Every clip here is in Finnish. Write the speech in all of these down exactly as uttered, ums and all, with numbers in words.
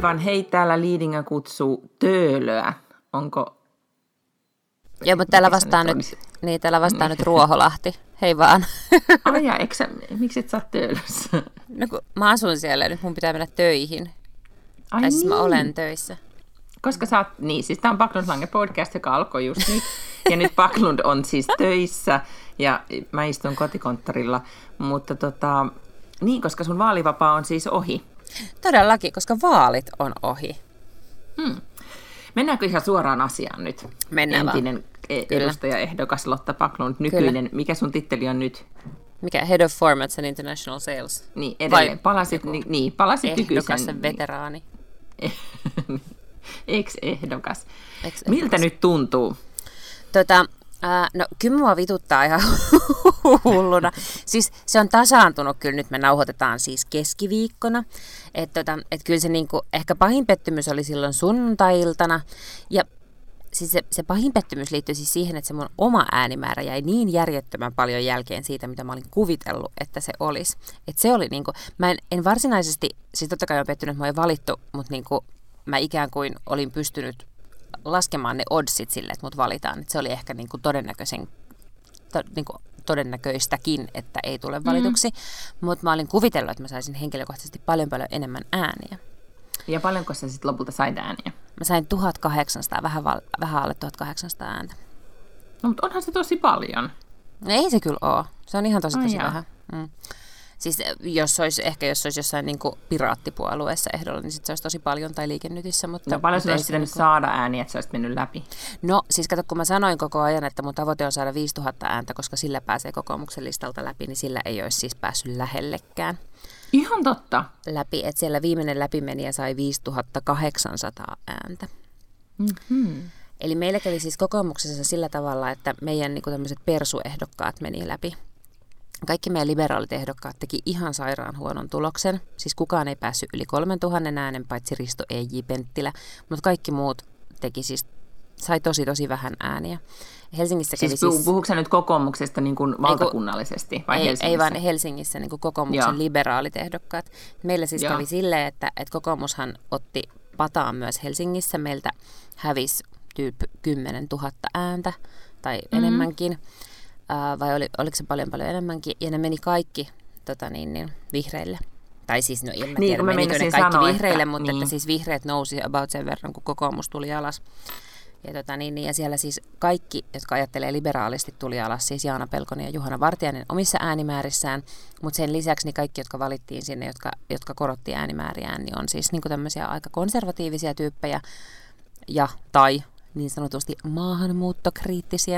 Aivan. Hei, täällä Liidingö kutsuu Töölöä. Onko... Joo, mutta täällä vastaa nyt, nyt, niin, täällä vastaa nyt Ruoholahti. Hei vaan. Ai ja, eikö sä, miksi et sä oot Töölössä? No kun mä asun siellä ja nyt mun pitää mennä töihin. Ai tai siis niin. mä olen töissä. Koska sä oot, niin, siis tää on Backlund Lange podcast, joka alkoi just nyt. Ja nyt Backlund on siis töissä ja mä istun kotikonttorilla. Mutta tota, niin, koska sun vaalivapaa on siis ohi. Todellakin, koska vaalit on ohi. Hmm. Mennäänkö ihan suoraan asiaan nyt? Mennään Entinen vaan. edustajaehdokas Lotta Backlund, nykyinen. Kyllä. Mikä sun titteli on nyt? Mikä? Head of Formats and International Sales. Niin, edelleen. Palasit, ni, niin, palasit ehdokas nykyisen... veteraani. Ex-ehdokas. Ex-ehdokas. Miltä nyt tuntuu? Tota, ää, no kyllä mua vituttaa ihan hulluna. Siis se on tasaantunut kyllä, nyt me nauhoitetaan siis keskiviikkona. Että tota, et kyllä se niinku, ehkä pahin pettymys oli silloin sunnuntai-iltana. Ja siis se, se pahin pettymys liittyy siis siihen, että se mun oma äänimäärä jäi niin järjettömän paljon jälkeen siitä, mitä mä olin kuvitellut, että se olisi. Että se oli niinku, mä en, en varsinaisesti, siis totta kai olen pettynyt, että mä olin valittu, mutta niinku mä ikään kuin olin pystynyt laskemaan ne oddsit sille, että mut valitaan. Että se oli ehkä niinku todennäköisen, to, niinku todennäköistäkin, että ei tule valituksi. Mm. Mutta mä olin kuvitellut, että mä saisin henkilökohtaisesti paljon paljon enemmän ääniä. Ja paljonko sä sitten lopulta sait ääniä? Mä sain tuhatkahdeksansataa, vähän, val, vähän alle tuhatkahdeksansataa ääntä. No, mutta onhan se tosi paljon. No, ei se kyllä ole. Se on ihan tosi tosi Ai vähän. Mm. Siis jos olisi, ehkä jos olisi jossain niin kuin piraattipuolueessa ehdolla, niin sit se olisi tosi paljon, tai Liikennytissä. Mutta, no paljon mutta sinä olisi pitänyt niin saada ääniä, että sä olisit mennyt läpi? No siis kato, kun mä sanoin koko ajan, että mun tavoite on saada viisituhatta ääntä, koska sillä pääsee kokoomuksen listalta läpi, niin sillä ei olisi siis päässyt lähellekään. Ihan totta. Läpi, että siellä viimeinen läpimenijä sai viisituhattakahdeksansataa ääntä. Mm-hmm. Eli meillä kävi siis kokoomuksessa sillä tavalla, että meidän niin kuin tämmöiset persuehdokkaat meni läpi. Kaikki meidän liberaalit ehdokkaat teki ihan sairaan huonon tuloksen. Siis kukaan ei päässyt yli kolmentuhannen äänen, paitsi Risto E J. Penttilä. Mutta kaikki muut teki siis, sai tosi tosi vähän ääniä. Helsingissä kävi siis, siis... Puhuuko sä nyt kokoomuksesta niin kuin valtakunnallisesti vai ei, Helsingissä? Ei vaan Helsingissä niin kuin kokoomuksen Joo. liberaalit ehdokkaat. Meillä siis Joo. kävi silleen, että, että kokoomushan otti pataan myös Helsingissä. Meiltä hävisi tyyp kymmenen tuhatta ääntä tai mm-hmm. enemmänkin. Uh, vai oli, oliko se paljon paljon enemmänkin, ja ne meni kaikki tota niin, niin, vihreille. Tai siis, no en mä niin, tiedä, menikö ne kaikki sanoa, vihreille, että, mutta niin. että siis vihreät nousi about sen verran, kun kokoomus tuli alas. Ja, tota niin, ja siellä siis kaikki, jotka ajattelee liberaalisti, tuli alas, siis Jaana Pelkonen ja Juhana Vartiainen omissa äänimäärissään, mutta sen lisäksi niin kaikki, jotka valittiin sinne, jotka, jotka korotti äänimääriään, niin on siis niin kuin tämmöisiä aika konservatiivisia tyyppejä ja tai niin sanotusti maahanmuuttokriittisiä.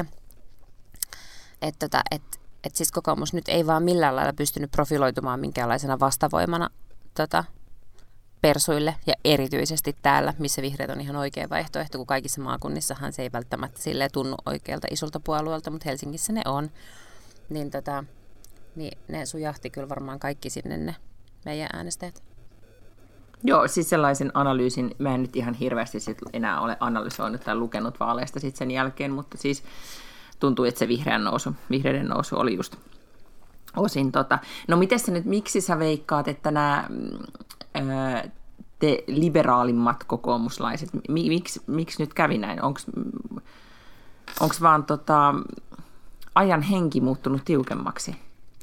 Että tota, et, et siis kokoomus nyt ei vaan millään lailla pystynyt profiloitumaan minkäänlaisena vastavoimana tota, persuille. Ja erityisesti täällä, missä vihreät on ihan oikea vaihtoehto, kun kaikissa maakunnissahan se ei välttämättä silleen tunnu oikealta isolta puolueelta, mutta Helsingissä ne on. Niin, tota, niin ne sujahti kyllä varmaan kaikki sinne ne meidän äänestäjät. Joo, siis sellaisen analyysin, mä en nyt ihan hirveästi sit enää ole analysoinut tai lukenut vaaleista sit sen jälkeen, mutta siis tuntuu, että se vihreän nousu, vihreiden nousu oli just osin tota. No miten sä nyt, miksi sä veikkaat, että nämä ää, te liberaalimmat kokoomuslaiset, miksi, miksi nyt kävi näin? Onko vaan tota, ajan henki muuttunut tiukemmaksi?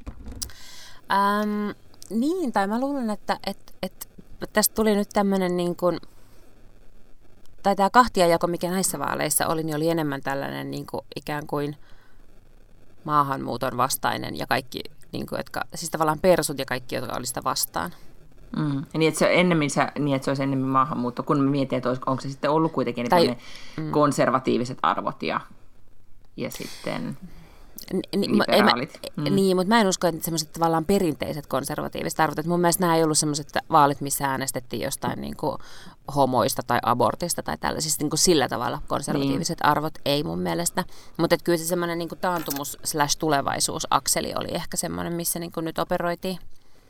Ähm, niin, tai mä luulen, että et, et, tästä tuli nyt tämmöinen niin kuin, tai tämä kahtiajako, mikä näissä vaaleissa oli, niin oli enemmän tällainen niin kuin ikään kuin maahanmuuton vastainen ja kaikki, niin kuin, jotka, siis tavallaan persut ja kaikki, jotka oli sitä vastaan. Mm. Niin, että se, ennemmin, se, niin, että se olisi ennemmin maahanmuutto, kun me mietin, että onko se sitten ollut kuitenkin tai, ne mm. konservatiiviset arvot ja, ja sitten Ni, liberaalit. Mä, mm. Niin, mutta mä en usko, että semmoiset tavallaan perinteiset konservatiiviset arvot. Että mun mielestä nämä ei ollut semmoiset vaalit, missä äänestettiin jostain niin kuin homoista tai abortista tai tällaisista niin kuin sillä tavalla konservatiiviset niin. arvot, ei mun mielestä. Mutta kyllä se semmoinen niin kuin taantumus slash tulevaisuusakseli oli ehkä semmoinen, missä niin kuin nyt operoitiin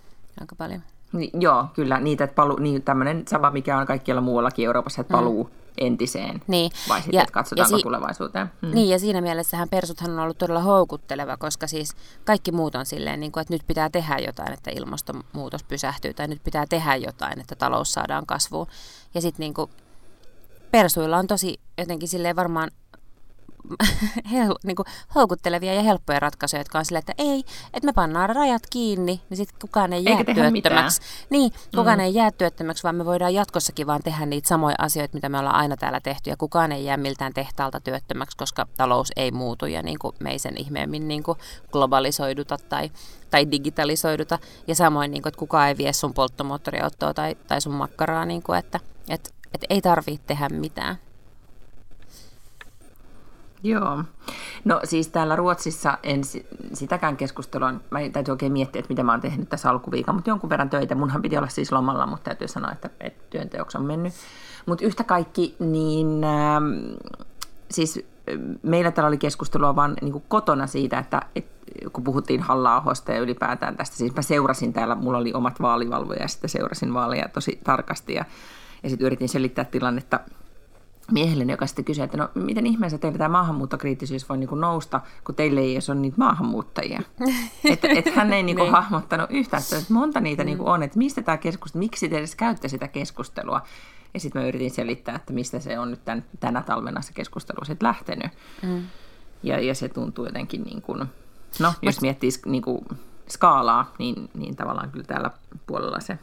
aika paljon. Niin, joo, kyllä. Niitä, että paluu, niin tämmöinen sama, mikä on kaikkialla muuallakin Euroopassa, että paluu, mm. entiseen, niin. vai sitten, ja, että katsotaanko si- tulevaisuuteen. Hmm. Niin, ja siinä mielessähän persuthan on ollut todella houkutteleva, koska siis kaikki muut on silleen, niin kuin, että nyt pitää tehdä jotain, että ilmastonmuutos pysähtyy, tai nyt pitää tehdä jotain, että talous saadaan kasvuun. Ja sitten niin kuin persuilla on tosi jotenkin silleen varmaan hel, niin kuin houkuttelevia ja helppoja ratkaisuja, jotka on silleen, että ei, että me pannaan rajat kiinni, niin sitten kukaan ei jää työttömäksi. Niin, kukaan mm. ei jää työttömäksi, vaan me voidaan jatkossakin vaan tehdä niitä samoja asioita, mitä me ollaan aina täällä tehty, ja kukaan ei jää miltään tehtaalta työttömäksi, koska talous ei muutu, ja niin kuin me ei sen ihmeemmin niin kuin globalisoiduta tai, tai digitalisoiduta, ja samoin, niin kuin, että kukaan ei vie sun polttomoottoriautoa tai, tai sun makkaraa, niin kuin, että et, et ei tarvitse tehdä mitään. Joo. No siis täällä Ruotsissa en sitäkään keskustelua, mä täytyy oikein miettiä, että mitä mä oon tehnyt tässä alkuviikon, mutta jonkun verran töitä. Munhan piti olla siis lomalla, mutta täytyy sanoa, että, että työnteoksi on mennyt. Mutta yhtä kaikki, niin ähm, siis meillä täällä oli keskustelua vaan niin kuin kotona siitä, että, että kun puhuttiin Halla-ahosta ja ylipäätään tästä, siis mä seurasin täällä, mulla oli omat vaalivalvoja ja sitten seurasin vaaleja tosi tarkasti ja, ja sitten yritin selittää tilannetta miehelle, joka sitten kysyi, että no miten ihmeessä teillä tämä maahanmuuttokriittisyys voi niinku nousta, kun teille ei edes ole niitä maahanmuuttajia. Että et hän ei niinku hahmottanut yhtään, että monta niitä mm. niinku on, että mistä tämä keskustelu, miksi te edes käytte sitä keskustelua. Ja sitten mä yritin selittää, että mistä se on nyt tämän, tänä talvena se keskustelu sitten lähtenyt. Mm. Ja, ja se tuntuu jotenkin niin kuin, no jos miettii niin kuin skaalaa, niin, niin tavallaan kyllä täällä puolella se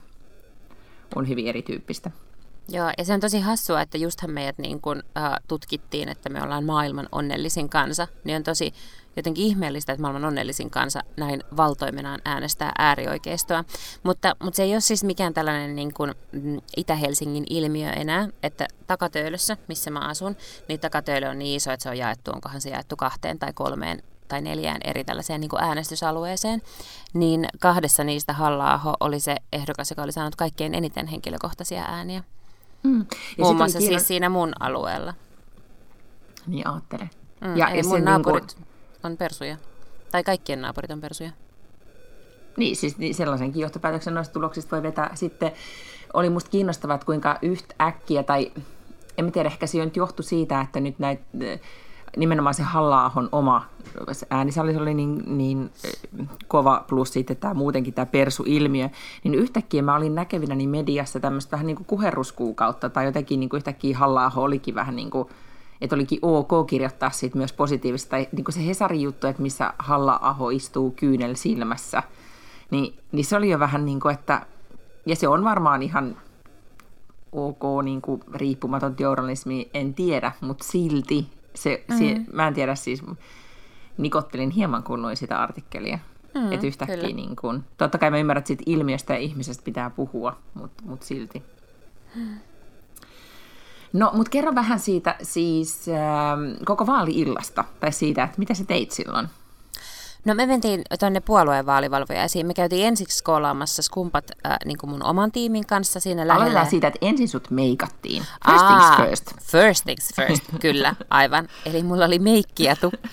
on hyvin erityyppistä. Joo, ja se on tosi hassua, että justhan meidät niin kun, äh, tutkittiin, että me ollaan maailman onnellisin kansa, niin on tosi jotenkin ihmeellistä, että maailman onnellisin kansa näin valtoimenaan äänestää äärioikeistoa. Mutta, mutta se ei ole siis mikään tällainen niin kuin Itä-Helsingin ilmiö enää, että Takatöölössä, missä mä asun, niin Takatöölö on niin iso, että se on jaettu, onkohan se jaettu kahteen tai kolmeen tai neljään eri tällaiseen niin kuin äänestysalueeseen, niin kahdessa niistä Halla-aho oli se ehdokas, joka oli saanut kaikkein eniten henkilökohtaisia ääniä. Mm. Muun muassa kiinno... siis siinä mun alueella. Niin ajattele. Mm, ja eli mun naapurit niin kuin on persuja. Tai kaikkien naapurit on persuja. Niin, siis sellaisenkin johtopäätöksen noista tuloksista voi vetää. Sitten oli musta kiinnostavaa, että kuinka yhtäkkiä, tai en tiedä, ehkä se nyt johtui siitä, että nyt näitä, nimenomaan se Halla-ahon oma äänisalli oli niin, niin kova, plus sitten tämä muutenkin tämä persu-ilmiö, niin yhtäkkiä mä olin näkevinäni mediassa tämmöistä vähän niin kuin kuherruskuukautta, tai jotenkin niin kuin yhtäkkiä Halla-aho olikin vähän niin kuin, että olikin ok kirjoittaa siitä myös positiivista, tai niin kuin se Hesarin juttu, että missä Halla-aho istuu kyynel silmässä, niin, niin se oli jo vähän niin kuin, että, ja se on varmaan ihan ok niin kuin riippumaton journalismi, en tiedä, mutta silti, se, mm-hmm. se, mä en tiedä siis, nikottelin hieman kun luin sitä artikkelia, mm, että yhtäkkiä niin kuin, totta kai mä ymmärrän, että siitä ilmiöstä ja ihmisestä pitää puhua, mutta mut silti. Mm. No, mutta kerro vähän siitä siis äh, koko vaali-illasta, tai siitä, että mitä sä teit silloin? No me mentiin tuonne puolueen vaalivalvojaisiin. Me käytiin ensiksi skoolaamassa skumpat äh, niin kuin mun oman tiimin kanssa siinä lähellä. Aloitetaan siitä, että ensin sut meikattiin. First Aa, things first. First things first, kyllä, aivan. Eli mulla oli meikki ja tukka.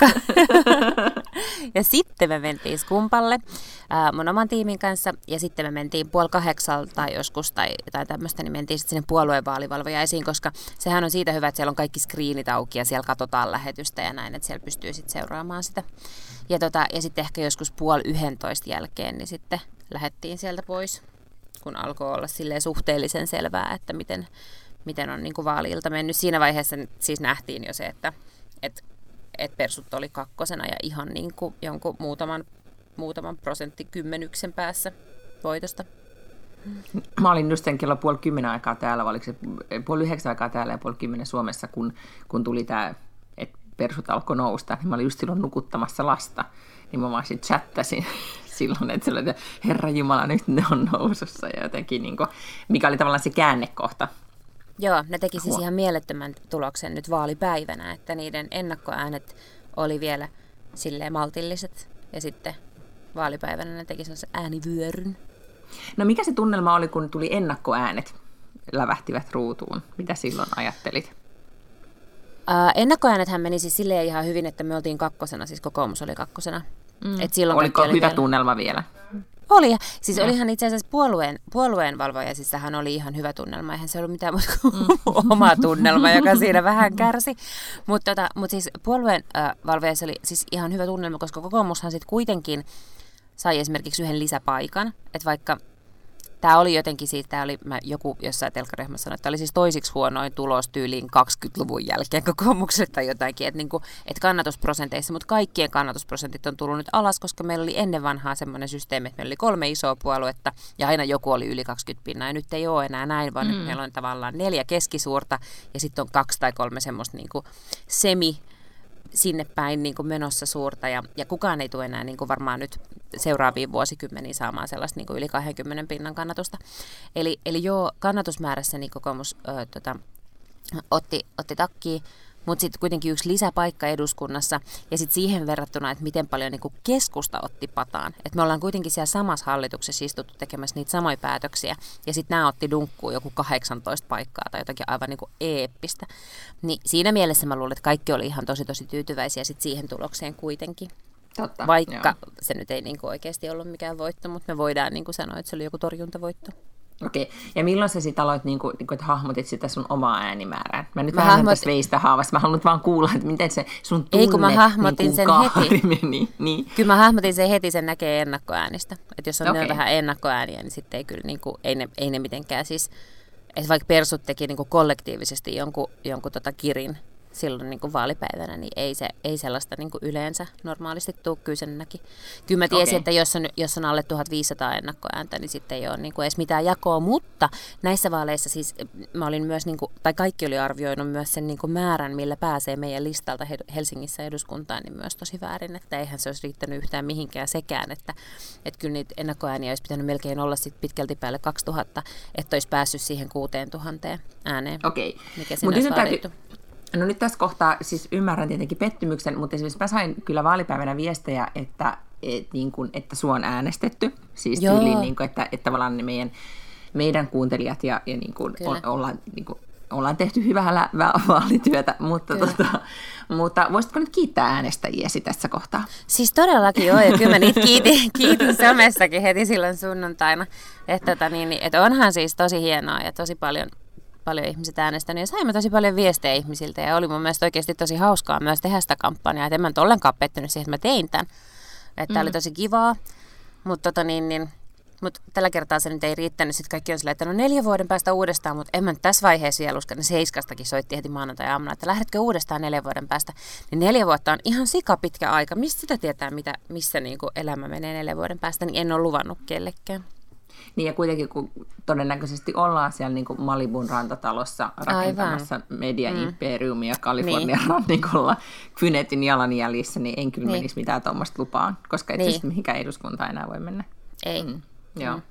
Ja sitten me mentiin skumpalle äh, mun oman tiimin kanssa. Ja sitten me mentiin puoli kahdeksalta joskus tai, tai tämmöistä, niin mentiin sitten sinne puolueen vaalivalvojaisiin, koska sehän on siitä hyvä, että siellä on kaikki screenit auki ja siellä katsotaan lähetystä ja näin, että siellä pystyy sitten seuraamaan sitä. Ja, tota, ja sitten ehkä joskus puoli yhdentoista jälkeen, niin sitten lähdettiin sieltä pois, kun alkoi olla silleen suhteellisen selvää, että miten, miten on niin kuin vaali-ilta mennyt. Siinä vaiheessa siis nähtiin jo se, että et, et persut oli kakkosena ja ihan niin kuin jonkun muutaman, muutaman prosenttikymmenyksen päässä voitosta. Mä olin just sen kello puoli kymmenen aikaa täällä, vai oliko se puoli yhdeksän aikaa täällä ja puoli kymmenen Suomessa, kun, kun tuli tämä, että persut alkoi nousta, niin mä olin just silloin nukuttamassa lasta, niin mä vaan sitten chattasin silloin, että, sillä, että Herra Jumala, nyt ne on nousussa, ja jotenkin, niin kuin, mikä oli tavallaan se käännekohta. Joo, ne teki siis ihan mielettömän tuloksen nyt vaalipäivänä, että niiden ennakkoäänet oli vielä silleen maltilliset, ja sitten vaalipäivänä ne teki sellaisen äänivyöryn. No mikä se tunnelma oli, kun tuli ennakkoäänet, lävähtivät ruutuun? Mitä silloin ajattelit? Uh, ennakkoäänethän meni siis silleen ihan hyvin, että me oltiin kakkosena, siis kokoomus oli kakkosena. Mm. Et silloin oliko hyvä vielä tunnelma vielä? Oli. Siis ja. Olihan itse asiassa puolueen, puolueen valvojaisissahan oli ihan hyvä tunnelma. Eihän se ollut mitään muuta kuin mm. oma tunnelma, joka siinä vähän kärsi. Mutta tota, mut siis puolueen äh, valvojaisissa oli siis ihan hyvä tunnelma, koska kokoomushan sitten kuitenkin sai esimerkiksi yhden lisäpaikan. Että vaikka tämä oli jotenkin siitä, tämä oli, mä joku jossain telkkaryhmässä sanoi, että tämä oli siis toisiksi huonoin tulos tyyliin kaksikymmentäluvun jälkeen kokoomukselle tai jotakin, että, niinku, että kannatusprosenteissa, mutta kaikkien kannatusprosentit on tullut nyt alas, koska meillä oli ennen vanhaa semmoinen systeemi, että meillä oli kolme isoa puoluetta ja aina joku oli yli kaksikymmentä pinnaa ja nyt ei ole enää näin, vaan mm. nyt meillä on tavallaan neljä keskisuurta ja sitten on kaksi tai kolme semmoista niinku semi sinne päin niin kuin menossa suurta ja, ja kukaan ei tule enää niin kuin varmaan nyt seuraaviin vuosikymmeniin saamaan sellaista niin kuin yli kaksikymmentä pinnan kannatusta. Eli, eli joo, kannatusmäärässä niin kokoomus ö, tota, otti, otti takkiin, mutta sitten kuitenkin yksi lisäpaikka eduskunnassa ja sitten siihen verrattuna, että miten paljon niin kuin keskusta otti pataan. Et me ollaan kuitenkin siellä samassa hallituksessa istuttu tekemässä niitä samoja päätöksiä ja sitten nämä otti dunkkuun joku kahdeksantoista paikkaa tai jotakin aivan niin kuin eeppistä. Niin siinä mielessä mä luulen, että kaikki oli ihan tosi tosi tyytyväisiä sit siihen tulokseen kuitenkin. Totta, Vaikka joo. se nyt ei niin kuin oikeasti ollut mikään voitto, mutta me voidaan niin kuin sanoa, että se oli joku torjuntavoitto. Okei, ja milloin sä sitten aloit, niin kuin, että hahmotit sitä sun omaa äänimäärää? Mä nyt mä vähän hahmot... tästä veistä haavasta, mä haluan vaan kuulla, että miten se sun tunne Ei, kun mä hahmotin niin sen kahri heti. meni. Niin. Kyllä mä hahmotin sen heti, sen näkee ennakkoäänistä. Että jos on okay. vähän ennakkoääniä, niin sitten ei kyllä, niin kuin, ei, ne, ei ne mitenkään siis, että vaikka persut teki niin kuin kollektiivisesti jonkun, jonkun tota kirin silloin niin kuin vaalipäivänä, niin ei, se, ei sellaista niin kuin yleensä normaalisti tule, kyllä sen näki. Kyllä mä tiesin, okay. että jos on, jos on alle tuhatviisisataa ennakkoääntä, niin sitten ei ole niin kuin edes mitään jakoa, mutta näissä vaaleissa siis mä olin myös, niin kuin, tai kaikki oli arvioinut myös sen niin kuin määrän, millä pääsee meidän listalta Helsingissä eduskuntaan, niin myös tosi väärin, että eihän se olisi riittänyt yhtään mihinkään sekään, että, että kyllä niitä ennakkoääniä olisi pitänyt melkein olla sit pitkälti päälle kaksituhatta, että olisi päässyt siihen kuuteentuhanteen ääneen, okay. mikä siinä olisi vaadittu. No nyt tässä kohtaa siis ymmärrän tietenkin pettymyksen, mutta esimerkiksi mä sain kyllä vaalipäivänä viestejä, että, et, niin kuin, että sua on äänestetty. Siis tyyliin, niin kuin, että, että tavallaan ne meidän, meidän kuuntelijat ja, ja niin kuin, on, ollaan, niin kuin, ollaan tehty hyvää vaalityötä, mutta, tota, mutta voisitko nyt kiittää äänestäjiäsi tässä kohtaa? Siis todellakin joo, ja kyllä mä niitä kiitin, kiitin somessakin heti silloin sunnuntaina. Että, tota, niin, että onhan siis tosi hienoa ja tosi paljon... paljon ihmiset äänestänyt ja saimme tosi paljon viestejä ihmisiltä ja oli mun mielestä oikeasti tosi hauskaa myös tehdä sitä kampanjaa, että en mä nyt ollenkaan pettynyt siihen, että mä tein tämän. Että mm. oli tosi kivaa, mutta tota niin, niin, mut tällä kertaa se nyt ei riittänyt. Sitten kaikki on silleen, että no neljä vuoden päästä uudestaan, mutta en mä nyt tässä vaiheessa vielä uskalla. Seiskastakin soitti heti maanantai-aamuna, että lähdetkö uudestaan neljän vuoden päästä. Niin neljä vuotta on ihan sika pitkä aika. Mistä sitä tietää, mitä, missä niin kuin elämä menee neljän vuoden päästä, niin en ole luvannut kellekään. Niin ja kuitenkin, kun todennäköisesti ollaan siellä niin kuin Malibun rantatalossa rakentamassa Aivan. media-imperiumia mm. Kalifornian niin. rannikolla Kvynetin jalanjäljissä, niin en kyllä niin. menisi mitään tuommoista lupaa, koska et niin. sitten mihinkään eduskuntaan enää voi mennä. Ei. Mm. Joo. Mm.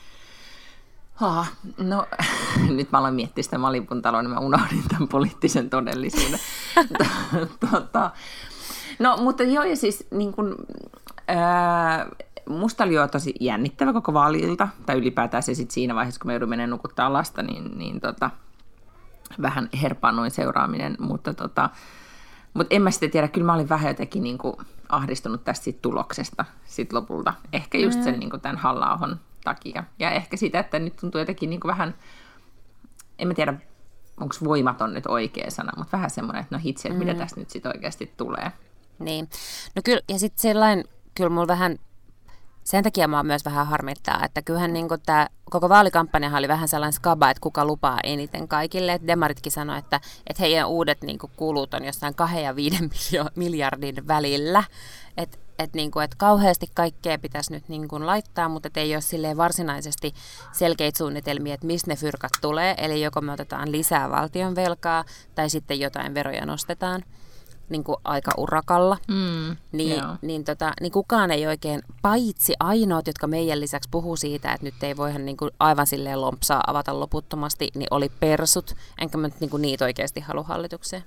Oh, no, nyt mä aloin miettiä sitä Malibun taloa, niin mä unohdin tämän poliittisen todellisuuden. tota, no, mutta joo, ja siis niin kuin... Ää, musta oli jo tosi jännittävä koko vaali-ilta, tai ylipäätään se sitten siinä vaiheessa, kun me joudun menemään nukuttaa lasta, niin, niin tota, vähän herpaannuin seuraaminen, mutta, tota, mutta en mä sitten tiedä, kyllä mä olin vähän jotenkin niin kuin ahdistunut tästä sit tuloksesta sit lopulta, ehkä just sen niin kuin tämän Halla-ahon takia, ja ehkä sitä, että nyt tuntuu jotenkin niin kuin vähän, en mä tiedä, onko voimaton nyt oikea sana, mutta vähän semmoinen, että no hitsi, että mm. mitä tästä nyt sitten oikeasti tulee. Niin, no kyllä, ja sitten sellainen, kyllä mulla vähän, sen takia mua myös vähän harmittaa, että kyllähän niin tämä koko vaalikampanjahan oli vähän sellainen skaba, että kuka lupaa eniten kaikille. Et demaritkin sanoi, että, että heidän uudet niin kuin, kulut on jossain kahden ja viiden miljardin välillä. Että et, niin et kauheasti kaikkea pitäisi nyt niin kuin, laittaa, mutta et ei ole silleen varsinaisesti selkeitä suunnitelmia, että mistä ne fyrkat tulee. Eli joko me otetaan lisää valtion velkaa tai sitten jotain veroja nostetaan. Niin kuin aika urakalla, mm, niin, niin, tota, niin kukaan ei oikein, paitsi ainoat, jotka meidän lisäksi puhuu siitä, että nyt ei voihan niin kuin aivan silleen lompsaa avata loputtomasti, niin oli persut, enkä mä nyt niin kuin niitä oikeasti halua hallitukseen.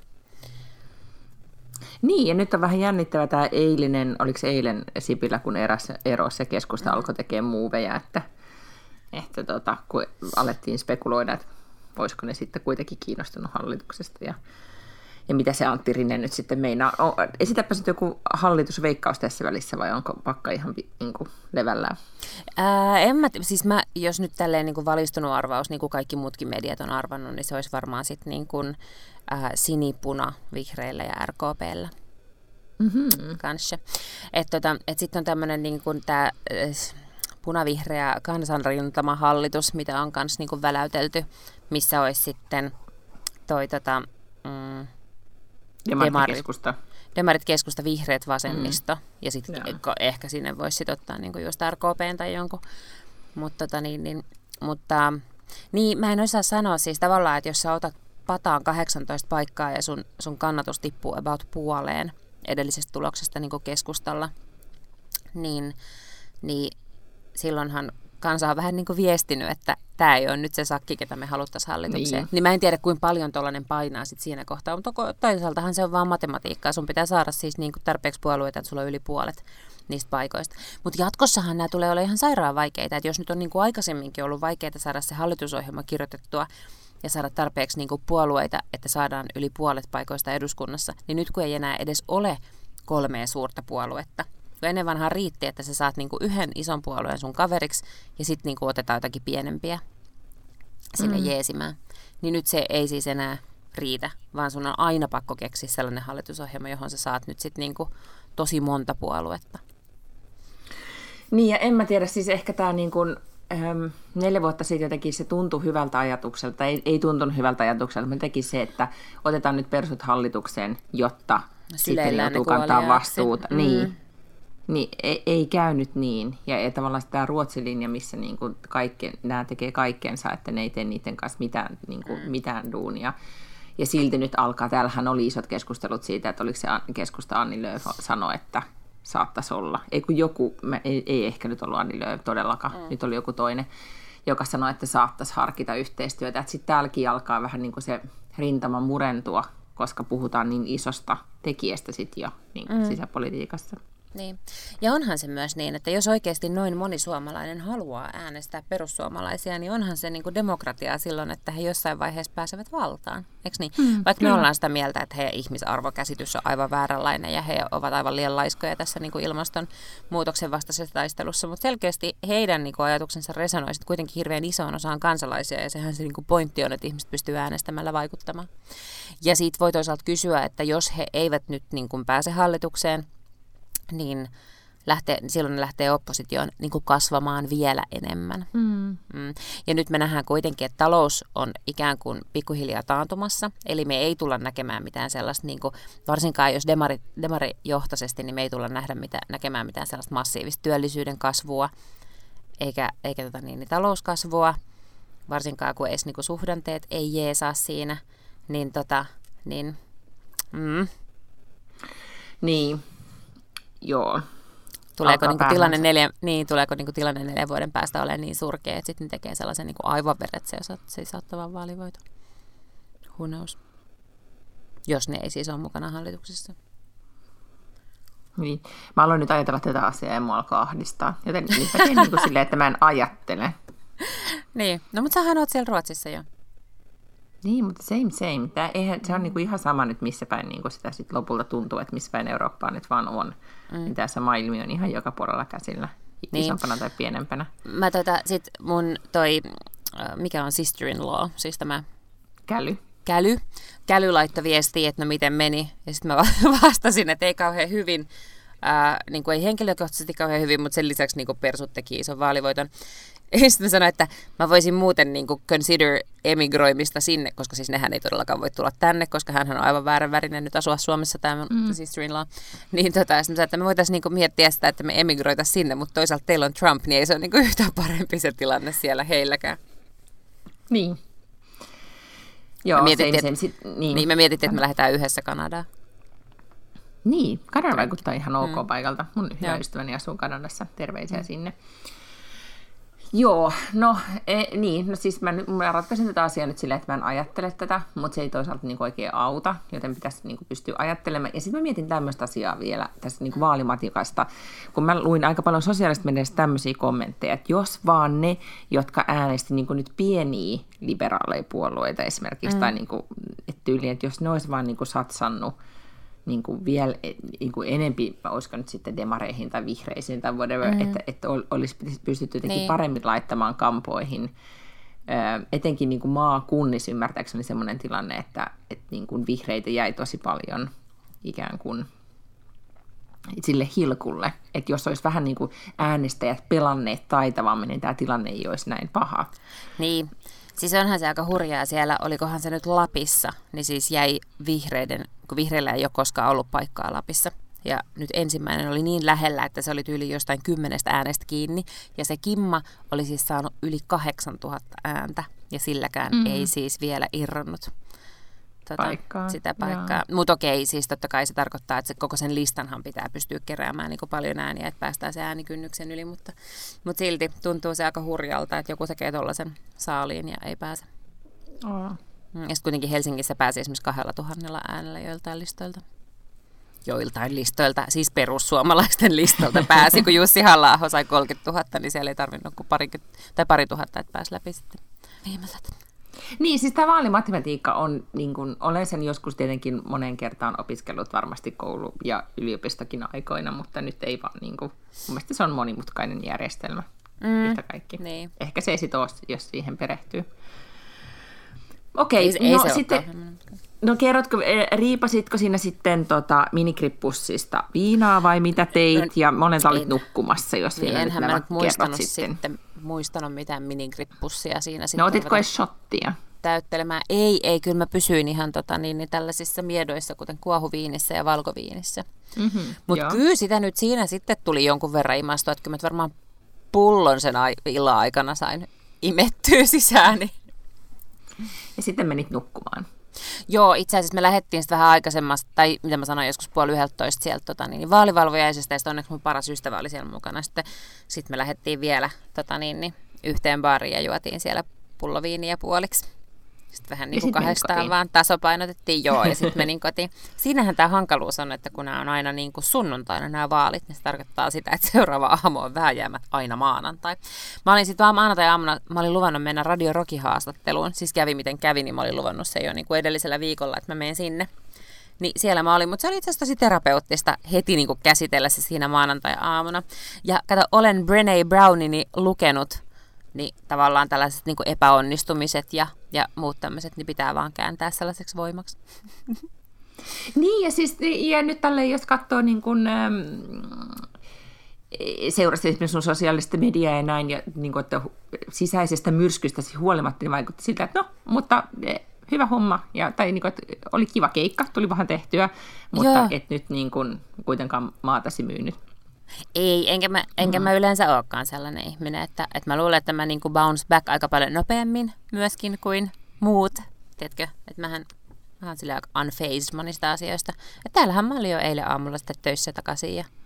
Niin, ja nyt on vähän jännittävä tämä eilinen, oliko se eilen Sipilä, kun eräs erosi ja keskusta mm. alkoi tekemään muuveja, että, että tota, kun alettiin spekuloida, että voisiko ne sitten kuitenkin kiinnostunut hallituksesta ja Ja mitä se Antti Rinne nyt sitten meinaa? Esitäpä sitten joku hallitusveikkaus tässä välissä vai onko pakka ihan niin kuin levällään? Ää, en mä, siis mä, jos nyt tälleen niin kuin valistunut arvaus, niin kuin kaikki muutkin mediat on arvannut, niin se olisi varmaan sitten niin kuin ää, sinipuna vihreillä ja R K P:llä mm-hmm. kanssa. Että tota, et sitten on tämmöinen niin kuin tämä punavihreä kansanrintama hallitus, mitä on kanssa niin kuin väläytelty, missä olisi sitten toi tota, mm, Demarit, keskusta. Demarit, keskusta, vihreät, vasemmisto. Mm. Ja sitten ehkä sinne voisi sit ottaa niinku just R K P:n tai jonkun. Mut, tota, niin, niin, mutta niin, mä en osaa sanoa siis tavallaan, että jos sä otat pataan kahdeksantoista paikkaa ja sun, sun kannatus tippuu about puoleen edellisestä tuloksesta niin kuin keskustalla, niin, niin silloinhan kansa on vähän niin kuin viestinyt, että tämä ei ole nyt se sakki, ketä me haluttaisiin hallitukseen. Niin. niin mä en tiedä, kuinka paljon tuollainen painaa sit siinä kohtaa, mutta toisaaltahan se on vaan matematiikkaa. Sun pitää saada siis niin kuin tarpeeksi puolueita, että sulla on yli puolet niistä paikoista. Mutta jatkossahan nämä tulee olla ihan sairaan vaikeita. Että jos nyt on niin kuin aikaisemminkin ollut vaikeaa saada se hallitusohjelma kirjoitettua ja saada tarpeeksi niin kuin puolueita, että saadaan yli puolet paikoista eduskunnassa, niin nyt kun ei enää edes ole kolmea suurta puoluetta, ennen vanhaan riitti, että sä saat niinku yhden ison puolueen sun kaveriksi ja sitten niinku otetaan jotakin pienempiä sinne mm. jeesimään. Niin nyt se ei siis enää riitä, vaan sun on aina pakko keksiä sellainen hallitusohjelma, johon sä saat nyt sitten niinku tosi monta puoluetta. Niin ja en mä tiedä, siis ehkä tämä niinku, ähm, neljä vuotta sitten jotenkin se tuntui hyvältä ajatukselta, ei, ei tuntunut hyvältä ajatukselta, mutta teki se, että otetaan nyt persut hallitukseen, jotta sitten joutuu kantaa vastuuta. Mm. Niin. Niin ei, ei käynyt niin. Ja, ja tavallaan tämä Ruotsin linja, missä niin kuin kaikke, nämä tekee kaikkensa, että ne ei tee niiden kanssa mitään, niin kuin, mm. mitään duunia. Ja silti nyt alkaa, täällähän oli isot keskustelut siitä, että oliko se keskusta Annie Lööf sanoi, että saattaisi olla. Ei kun joku, ei, ei ehkä nyt ollut Annie Lööf todellakaan, mm. nyt oli joku toinen, joka sanoi, että saattaisi harkita yhteistyötä. Että sitten täälläkin alkaa vähän niin kuin se rintama murentua, koska puhutaan niin isosta tekijästä sitten jo niin mm. sisäpolitiikassa. Niin. Ja onhan se myös niin, että jos oikeasti noin moni suomalainen haluaa äänestää perussuomalaisia, niin onhan se niin kuin demokratiaa silloin, että he jossain vaiheessa pääsevät valtaan. Eikö niin? Mm, Vaikka kyllä. me ollaan sitä mieltä, että heidän ihmisarvokäsitys on aivan vääränlainen ja he ovat aivan liian laiskoja tässä niin kuin ilmastonmuutoksen vastaisessa taistelussa, mutta selkeästi heidän niin kuin ajatuksensa resonoi kuitenkin hirveän isoon osaan kansalaisia ja sehän se niin kuin pointti on, että ihmiset pystyy äänestämällä vaikuttamaan. Ja siitä voi toisaalta kysyä, että jos he eivät nyt niin kuin pääse hallitukseen, niin lähtee, silloin ne lähtee oppositioon niin kuin kasvamaan vielä enemmän. Mm. Mm. Ja nyt me nähdään kuitenkin, että talous on ikään kuin pikkuhiljaa taantumassa, eli me ei tulla näkemään mitään sellaista, niin kuin, varsinkaan jos demari, demarijohtaisesti, niin me ei tulla nähdä mitä, näkemään mitään sellaista massiivista työllisyyden kasvua, eikä, eikä tota niin, niin talouskasvua, varsinkaan kun edes niin kuin suhdanteet ei jeesaa siinä, niin tota, niin, mm. Niin. Joo. Tuleeko niinku tilanne neljä, niin, tuleeko niinku tilanne neljän vuoden päästä olemaan niin surkea, että sitten ne tekee sellaisen niinku aivanveret, se, se ei saattavan vaalivoito. Who knows? Jos ne ei siis ole mukana hallituksessa. Niin. Mä aloin nyt ajatella tätä asiaa ja mua alkaa ahdistaa. Joten nyt mä teen niin silleen, että mä en ajattele. Niin. No mutta sähän oot siellä Ruotsissa jo. Niin, mutta same same. Tää, eihän, se on niinku ihan sama nyt, missä päin niinku sitä sit lopulta tuntuu, että missä päin Eurooppaa nyt vaan on. Mm. Niin tämä sama ilmiö on ihan joka puolella käsillä, niin. Isompana tai pienempänä. Mä tota, sit mun toi, mikä on sister-in-law, siis tämä... Käly. Käly. Käly laittoi viestiä, että no miten meni. Ja sitten mä vastasin, että ei kauhean hyvin. Ää, niin kuin ei henkilökohtaisesti kauhean hyvin, mutta sen lisäksi niin kuin persut teki ison vaalivoiton. Ja sitten mä sanoin, että mä voisin muuten niin kuin consider emigroimista sinne, koska siis nehän ei todellakaan voi tulla tänne, koska hänhän on aivan väärän värinen nyt asua Suomessa, tämä mm. sister-in-law. Niin tota, sitten mä sanoin, että me voitaisiin niin kuin miettiä sitä, että me emigroita sinne, mutta toisaalta teillä on Trump, niin ei se ole niin kuin yhtään parempi se tilanne siellä heilläkään. Niin. Joo, me mietittiin, sen, että, sen, sit, niin. niin me mietittiin, että me lähdetään yhdessä Kanadaan. Niin, Kanada vaikuttaa ihan ok mm. paikalta. Mun hyvä ystäväni asuu Kanadassa. Terveisiä mm. sinne. Joo, no e, niin, no siis mä, mä ratkaisin tätä asiaa nyt silleen, että mä en ajattele tätä, mutta se ei toisaalta niin oikein auta, joten pitäisi niin pystyä ajattelemaan. Ja sitten mä mietin tämmöistä asiaa vielä tässä niin vaalimatikasta, kun mä luin aika paljon sosiaalista mediasta tämmöisiä kommentteja, että jos vaan ne, jotka äänesti niin nyt pieniä liberaaleja puolueita esimerkiksi, mm. tai niin kuin, että tyyliin, että jos ne olisi vaan niin kuin satsannut niin kuin vielä niin kuin enempi, olisiko nyt sitten demareihin tai vihreisiin tai whatever, mm-hmm. että, että olisi pystytty jotenkin niin. paremmin laittamaan kampoihin. Ö, etenkin niin kuin maakunnissa ymmärtääkseni oli sellainen tilanne, että, että niin kuin vihreitä jäi tosi paljon ikään kuin sille hilkulle. Että jos olisi vähän niin kuin äänestäjät pelanneet taitavammin, niin tämä tilanne ei olisi näin paha. Niin. Siis onhan se aika hurjaa siellä, olikohan se nyt Lapissa, niin siis jäi vihreiden, kun vihreillä ei ole koskaan ollut paikkaa Lapissa. Ja nyt ensimmäinen oli niin lähellä, että se oli tyyli jostain kymmenestä äänestä kiinni. Ja se Kimma oli siis saanut yli kahdeksantuhatta ääntä, ja silläkään mm-hmm. ei siis vielä irronnut tuota, paikkaa. sitä paikkaa. Mutta okei, siis totta kai se tarkoittaa, että se, koko sen listanhan pitää pystyä keräämään niin paljon ääniä, että päästään se äänikynnyksen yli. Mutta, mutta silti tuntuu se aika hurjalta, että joku tekee tuollaisen saaliin ja ei pääse. Oh. Ja sitten kuitenkin Helsingissä pääsi esimerkiksi kahdella tuhannella äänellä joiltain listoilta. Joiltain listoilta, siis perussuomalaisten listalta pääsi, kun Jussi Halla-aho sai kolmekymmentätuhatta, niin siellä ei tarvinnut kuin pari, tai pari tuhatta, että pääsi läpi sitten viimeiseltä. Niin, siis tämä vaalimatematiikka on, niin kuin, olen sen joskus tietenkin monen kertaan opiskellut varmasti koulu- ja yliopistokin aikoina, mutta nyt ei vaan, niin kuin, mun mielestä se on monimutkainen järjestelmä mm, yhtä kaikki. Niin. Ehkä se ei sit ole, jos siihen perehtyy. Okei, okay, no sitten... No kerrotko, riipasitko siinä sitten tota, minikrippussista viinaa vai mitä teit? Ja monelta olit en. nukkumassa, jos niin, vielä nyt nämä kerrot sitten. sitten. muistanut mitään minikrippussia siinä. No otitko edes shottia? Täyttelemään. Ei, ei, kyllä mä pysyin ihan tota, niin, niin tällaisissa miedoissa, kuten kuohuviinissä ja valkoviinissä. Mm-hmm, mutta kyllä sitä nyt siinä sitten tuli jonkun verran imastua, että kyllä mä varmaan pullon sen a- illan aikana sain imettyä sisääni. Ja sitten menit nukkumaan. Joo, itse asiassa me lähdettiin sitten vähän aikaisemmasta, tai mitä mä sanoin, joskus puoli yhdeltätoista sieltä tota, niin, vaalivalvojaisesta, ja sitten onneksi mun paras ystävä oli siellä mukana. Sitten sit me lähdettiin vielä tota, niin, niin, yhteen baariin ja juotiin siellä pulloviiniä puoliksi. Sitten vähän niin kuin kahdestaan vaan tasapainotettiin, joo, ja sitten menin kotiin. Siinähän tämä hankaluus on, että kun nämä on aina niin kuin sunnuntaina nämä vaalit, niin se tarkoittaa sitä, että seuraava aamu on vähän jäämät aina maanantai. Mä olin sitten vaan maanantai-aamuna, mä olin luvannut mennä Radio Rocky-haastatteluun, siis kävi miten kävi, niin mä olin luvannut se jo niin kuin edellisellä viikolla, että mä menen sinne. Niin siellä mä olin, mutta se oli itse asiassa tosi terapeuttista heti niin kuin käsitellä se siinä maanantai-aamuna. Ja kato, olen Brené Brownini lukenut, niin tavallaan tällaiset niin kuin epäonnistumiset ja, ja muut tämmöiset, niin pitää vaan kääntää sellaiseksi voimaksi. Niin, ja, siis, ja nyt tälleen, jos katsoo niin kuin, ähm, seurasi esimerkiksi sun sosiaalista mediaa ja näin, ja niin kuin, että sisäisestä myrskystäsi huolimatta, niin vaikutti siltä, että no, mutta hyvä homma, ja, tai niin kuin, että oli kiva keikka, tuli vähän tehtyä, mutta Joo. et nyt niin kuin, kuitenkaan maatasi myynyt. Ei, enkä mä, enkä mä yleensä olekaan sellainen ihminen, että, että mä luulen, että mä niin kuin bounce back aika paljon nopeammin myöskin kuin muut, tiedätkö, että mähän, mähän olen silleen aika unfazed monista asioista, että täällähän mä olin jo eilen aamulla sitten töissä takaisin. Ja...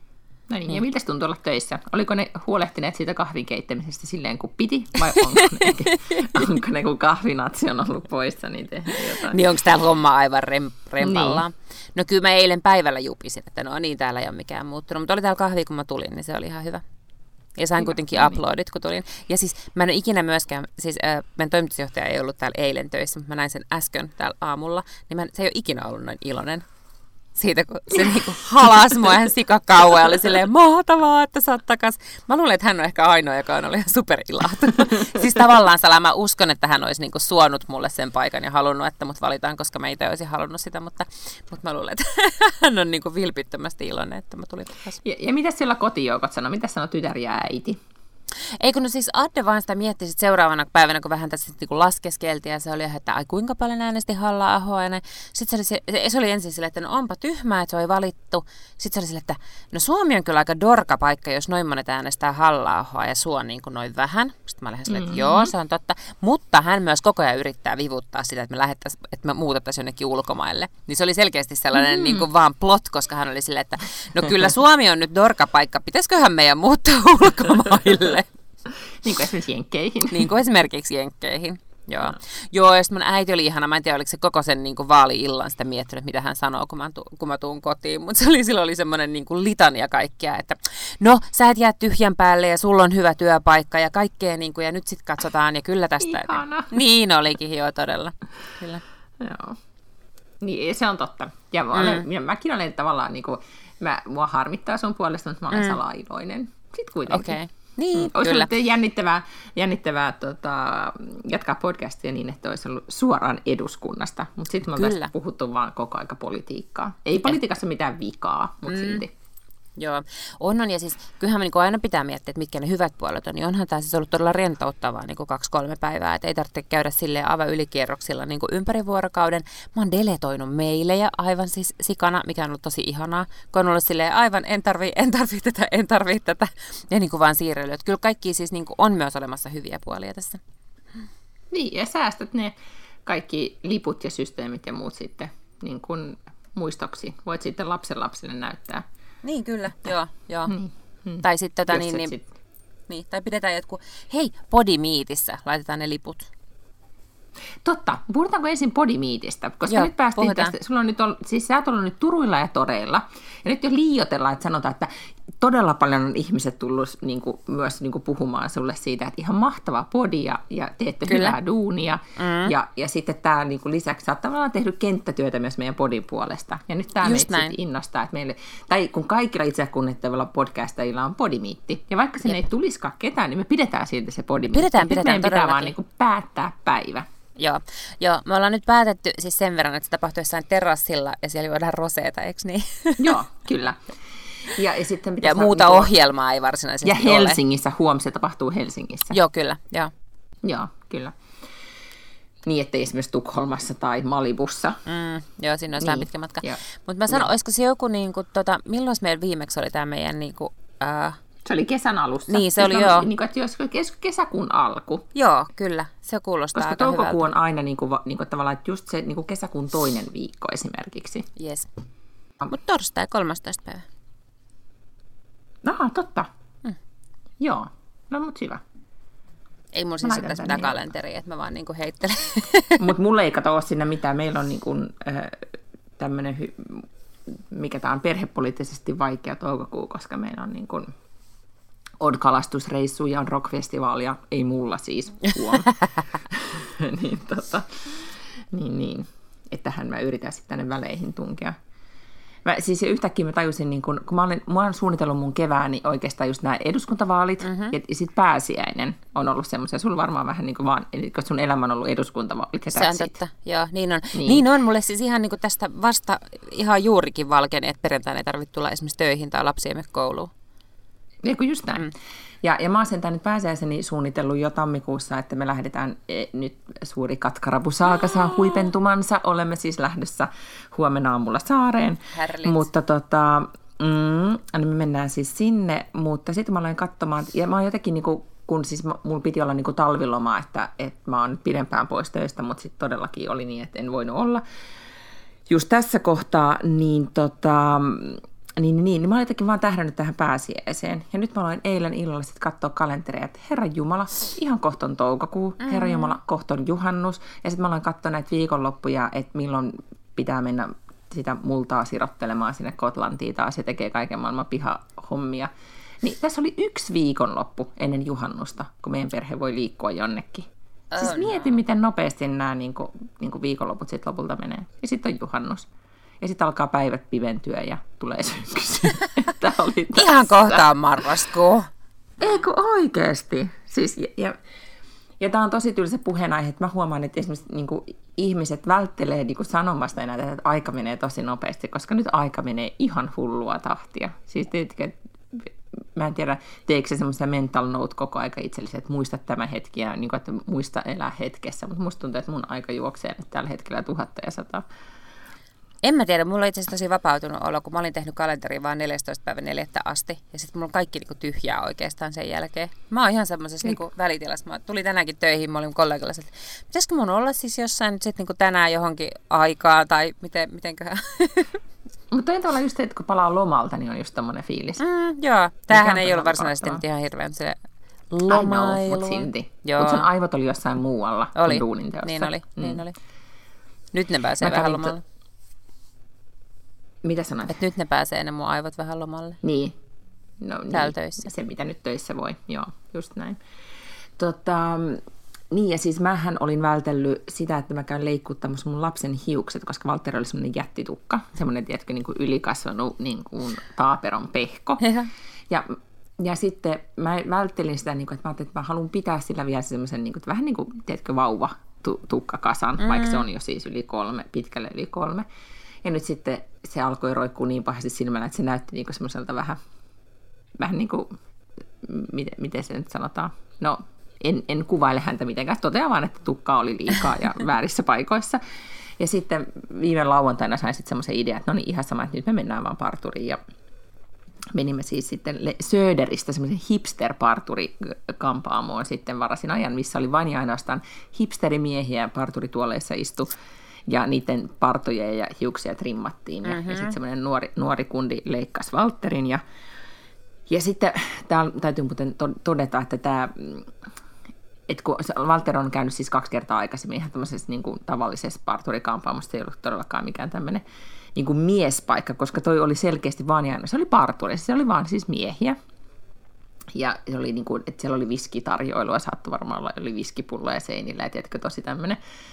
No niin, niin. Ja miltä tuntui olla töissä? Oliko ne huolehtineet siitä kahvin keittämisestä silleen kuin piti, vai onko ne, onko ne kun kahvinatsi on ollut poissa, niin tehnyt jotain? Niin onko täällä homma aivan rem, rempallaan? Niin. No kyllä mä eilen päivällä jupisin, että no niin, täällä ei ole mikään muuttunut, mutta oli täällä kahvi, kun mä tulin, niin se oli ihan hyvä. Ja sain hyvä, kuitenkin uploadit, kun tulin. Ja siis mä en ole ikinä myöskään, siis äh, meidän toimitusjohtaja ei ollut täällä eilen töissä, mutta mä näin sen äsken täällä aamulla, niin mä, se ei ole ikinä ollut noin iloinen. Siitä, kun se niinku halasi mua ihan sikakauan ja oli silleen mahtavaa, että sä oot takas. Mä luulen, että hän on ehkä ainoa, joka on ollut ihan superilahtunut. Siis tavallaan salaa, mä uskon, että hän olisi niinku suonut mulle sen paikan ja halunnut, että mut valitaan, koska mä itse olisin halunnut sitä, mutta, mutta mä luulen, että hän on niinku vilpittömästi iloinen, että mä tulin takas. Ja, ja mitä siellä kotijoukot sanoo? Mitä sanoo tytär ja äiti? Ei kun no siis Adde vaan sitä mietti sit seuraavana päivänä, kun vähän tässä niinku laskeskeltiin ja se oli, että ai kuinka paljon äänesti Halla-ahoa. Sitten se, se, se oli ensin silleen, että no onpa tyhmää, että se oli valittu. Sitten se oli silleen, että no Suomi on kyllä aika dorka paikka, jos noin monet äänestää Halla-ahoa ja sua niin kuin noin vähän. Sitten mä lähdin silleen, että mm-hmm. joo, se on totta. Mutta hän myös koko ajan yrittää vivuttaa sitä, että me, että me muutettaisiin jonnekin ulkomaille. Niin se oli selkeästi sellainen mm-hmm. niin kuin vaan plot, koska hän oli silleen, että no kyllä Suomi on nyt dorka paikka, pitäisiköhän meidän muuttaa ulkomaille? Niin kuin esimerkiksi jenkkeihin. Niin kuin esimerkiksi jenkkeihin, joo. No. Joo, ja sitten mun äiti oli ihana, mä en tiedä, oliko se koko sen niin kuin vaali-illan sitä miettinyt, mitä hän sanoo, kun mä, tu- kun mä tuun kotiin. Mutta se oli, silloin oli semmoinen niin kuin litania kaikkia, että no, sä et jää tyhjän päälle ja sulla on hyvä työpaikka ja kaikkea, niin kuin, ja nyt sitten katsotaan, ja kyllä tästä. Ihana. Niin olikin, joo, todella. Kyllä. Joo. Niin, se on totta. Ja, mä olen, mm. ja mäkin olen tavallaan, niin kuin, mä, mua harmittaa sun puolesta, mutta mä olen mm. salailoinen. Sitten kuitenkin. Okei. Okay. Niin, mm. Olisi kyllä. ollut jännittävää, jännittävää tota, jatkaa podcastia niin, että olisi ollut suoraan eduskunnasta. Mutta sitten me oltaisiin puhuttu vaan koko aika politiikkaa. Ei politiikassa mitään vikaa, mutta mm. silti. Joo, on, on ja siis kyllähän me niin aina pitää miettiä, että mitkä ne hyvät puolet on, niin onhan tämä siis ollut todella rentouttavaa niin kaksi-kolme päivää, että ei tarvitse käydä silleen aivan ylikierroksilla niin ympäri vuorokauden. Mä oon deletoinut meilejä aivan siis sikana, mikä on ollut tosi ihanaa, kun on ollut silleen aivan en tarvii, en tarvii tätä, en tarvii tätä, ja niin kuin vaan siirrely. Että kyllä kaikki siis niin kuin on myös olemassa hyviä puolia tässä. Niin, ja säästät ne kaikki liput ja systeemit ja muut sitten niin kuin muistoksi. Voit sitten lapsen lapsille näyttää. Niin, kyllä. Joo, joo. Hmm. Hmm. Tai sitten tota, niin, niin, sit... niin, tai pidetään jotkut, hei, Podimeetissä laitetaan ne liput. Totta. Puhutaanko ensin Podimeetistä? Koska Joo, nyt päästiin puhutaan. Tästä, sulla on nyt ollut, siis sä oot ollut nyt Turuilla ja Toreilla, ja nyt jo liioitellaan, että sanotaan, että todella paljon on ihmiset tullut niin kuin, myös niin kuin puhumaan sulle siitä, että ihan mahtava podi ja, ja teette Kyllä. hyvää duunia. Mm. Ja, ja sitten tämä niin kuin lisäksi, sä oot tavallaan tehnyt kenttätyötä myös meidän podin puolesta. Ja nyt tämä meitä innostaa, että meille, tai kun kaikilla itse kunnittavilla podcastajilla on Podimeetti, ja vaikka sinne Jep. ei tulisikaan ketään, niin me pidetään silti se Podimeetti. Pidetään, pidetään meidän pitää vaan niin kuin päättää päivä. Joo. Joo, me ollaan nyt päätetty siis sen verran, että se tapahtuu jossain terassilla ja siellä juodaan roseeta, eikö niin? Joo, kyllä. Ja, ja, sitten ja muuta niin kuin... ohjelmaa ei varsinaisesti ja Helsingissä, ole. Huom, se tapahtuu Helsingissä. Joo, kyllä. Joo, joo kyllä. Niin, ettei esimerkiksi Tukholmassa tai Malibussa. Mm, joo, siinä olisi niin. vähän pitkä matka. Mutta mä sanon, olisiko se joku, niin kuin, tota, milloin meillä viimeksi oli tämä meidän... Niin kuin, äh... Se oli kesän alussa. Niin, se oli on, joo. Niin kuin, että jos kesäkuun alku. Joo, kyllä. Se kuulostaa Koska aika toukokuu hyvältä. on aina niin kuin, niin kuin, tavallaan, että just se niin kuin kesäkuun toinen viikko esimerkiksi. Jes. Mutta torstai kolmastoista päivä. Aha, totta. Mm. Joo, no mut hyvä. Ei mun siis tässä mitään kalenteria, että mä vaan niinku heittelen. Mutta mulle ei kato ole siinä mitään. Meillä on niinku, äh, tämmöinen, hy- mikä tämä on, perhepoliittisesti vaikea toukokuu, koska meillä on niinku, on kalastusreissu ja on rockfestivaalia. Ei mulla siis, huom. niin, tota, niin, niin. Että mä yritän sitten tänne väleihin tunkea. Mä, siis yhtäkkiä mä tajusin, niin kun, kun mä olen, mä olen suunnitellut mun kevään, niin oikeastaan just nämä eduskuntavaalit mm-hmm. ja, ja sitten pääsiäinen on ollut semmoisia. Sulla varmaan vähän niin kuin vaan, koska sun elämä on ollut eduskuntavaalit ja se on totta, joo, niin on. Niin. niin on, mulle siis ihan niin kuin tästä vasta ihan juurikin valkeni, että perjantaina ei tarvitse tulla esimerkiksi töihin tai lapsia mene kouluun. Eikö just näin. Mm. Ja, ja mä oon sentään nyt pääsiäiseni suunnitellut jo tammikuussa, että me lähdetään e, nyt suuri Katkarapusaaka saa huipentumansa. Olemme siis lähdössä huomenna aamulla saareen. Härlit. Mutta tota, mm, me mennään siis sinne, mutta sitten mä aloin katsomaan, ja mä oon jotenkin niinku, kun siis mulla piti olla niinku talviloma, että, että mä oon nyt pidempään pois töistä, mutta sitten todellakin oli niin, että en voinut olla. Just tässä kohtaa, niin tota... Niin, niin, niin, mä olen jotenkin vaan tähdännyt tähän pääsiäiseen. Ja nyt mä aloin eilen illalla sitten katsoa kalenteria, että Herran Jumala, ihan kohta on toukokuu, mm-hmm. Herran Jumala, kohta on juhannus. Ja sitten mä aloin katsoa näitä viikonloppuja, että milloin pitää mennä sitä multaa sirottelemaan sinne Kotlantiin taas ja tekee kaiken maailman pihahommia. Niin tässä oli yksi viikonloppu ennen juhannusta, kun meidän perhe voi liikkua jonnekin. Oh, siis mieti, no. miten nopeasti nämä niin kuin, niin kuin viikonloput sitten lopulta menee. Ja sitten on juhannus. Ja sitten alkaa päivät piventyä ja tulee synkyisiä. Ihan kohtaan marraskuu. Eikö oikeasti? Siis, ja ja, ja tämä on tosi tylsä puheenaihe, että mä huomaan, että esimerkiksi niin kuin, ihmiset välttelee niin kuin sanomasta enää, että aika menee tosi nopeasti, koska nyt aika menee ihan hullua tahtia. Siis tietenkin, mä en tiedä, teekö se semmoisia mental note koko aika itsellisiä, että muista tämä hetki ja niin kuin, että muista elää hetkessä. Mutta musta tuntuu, että mun aika juoksee nyt tällä hetkellä tuhatta ja sata. En mä tiedä, mulla on itse asiassa tosi vapautunut olo, kun mä olin tehnyt kalenteriin vaan neljästoista päivä neljättä asti. Ja sitten mulla on kaikki niinku tyhjää oikeastaan sen jälkeen. Mä oon ihan semmoisessa niinku välitilassa. Mä tulin tänäänkin töihin, mä olin kollegalla, että pitäisikö mun olla siis jossain nyt sit niinku tänään johonkin aikaan tai miten, mitenköhän. Mutta entä olla just, että kun palaa lomalta, niin on just tommonen fiilis. Mm, joo, tämähän ei ollut varsinaisesti nyt ihan hirveän se lomailu. Mutta silti. Mutta sun aivot oli jossain muualla oli. kuin duunin teossa. Niin oli, mm. niin oli. Nyt ne pääsee mä vähän lomalle. To- Mitä sanoit? Että nyt ne pääsee ne mun aivot vähän lomalle. Niin. No, täällä niin. töissä. Se, mitä nyt töissä voi. Joo, just näin. Tota, Niin, ja siis mähän olin vältellyt sitä, että mä käyn leikkuuttamassa mun lapsen hiukset, koska Valtteri oli semmoinen jättitukka, semmoinen, tiedätkö, niin kuin ylikasvanut niin kuin taaperon pehko. Ja, ja sitten mä välttelin sitä, niin kuin, että mä ajattelin, että mä haluan pitää sillä vielä semmoisen, niin kuin, vähän niin kuin, tiedätkö, vauva tukkakasan, mm-hmm. vaikka se on jo siis yli kolme, pitkälle yli kolme. Ja nyt sitten se alkoi roikkua niin pahasti silmällä, että se näytti niin kuin semmoiselta vähän, vähän niin kuin, miten, miten se nyt sanotaan, no... En, en kuvaile häntä mitenkään, totean vaan, että tukka oli liikaa ja väärissä paikoissa. Ja sitten viime lauantaina sain sitten semmoisen idean, että no niin ihan sama, että nyt me mennään vaan parturiin. Ja menimme siis sitten Söderistä semmoisen hipster-parturi-kampaamoon sitten varasin ajan, missä oli vain ja ainoastaan hipsterimiehiä parturituoleissa istu. Ja niiden partoja ja hiuksia trimmattiin. Ja, mm-hmm. ja sitten semmoinen nuori, nuori kundi leikkasi Valtterin. Ja, ja sitten tää, täytyy muuten todeta, että tämä... että kun Valtteri on käynyt siis kaksi kertaa aikaisemmin ihan tämmöisessä niin kuin tavallisessa parturikampaamossa, ei ollut todellakaan mikään tämmöinen niin kuin miespaikka, koska toi oli selkeästi vaan ja se oli parturi, se oli vaan siis miehiä. Ja se oli niin kuin, että siellä oli viskitarjoilua, saattoi varmaan olla, oli viskipulloja seinillä, ja tiedätkö, tosi tämmöinen.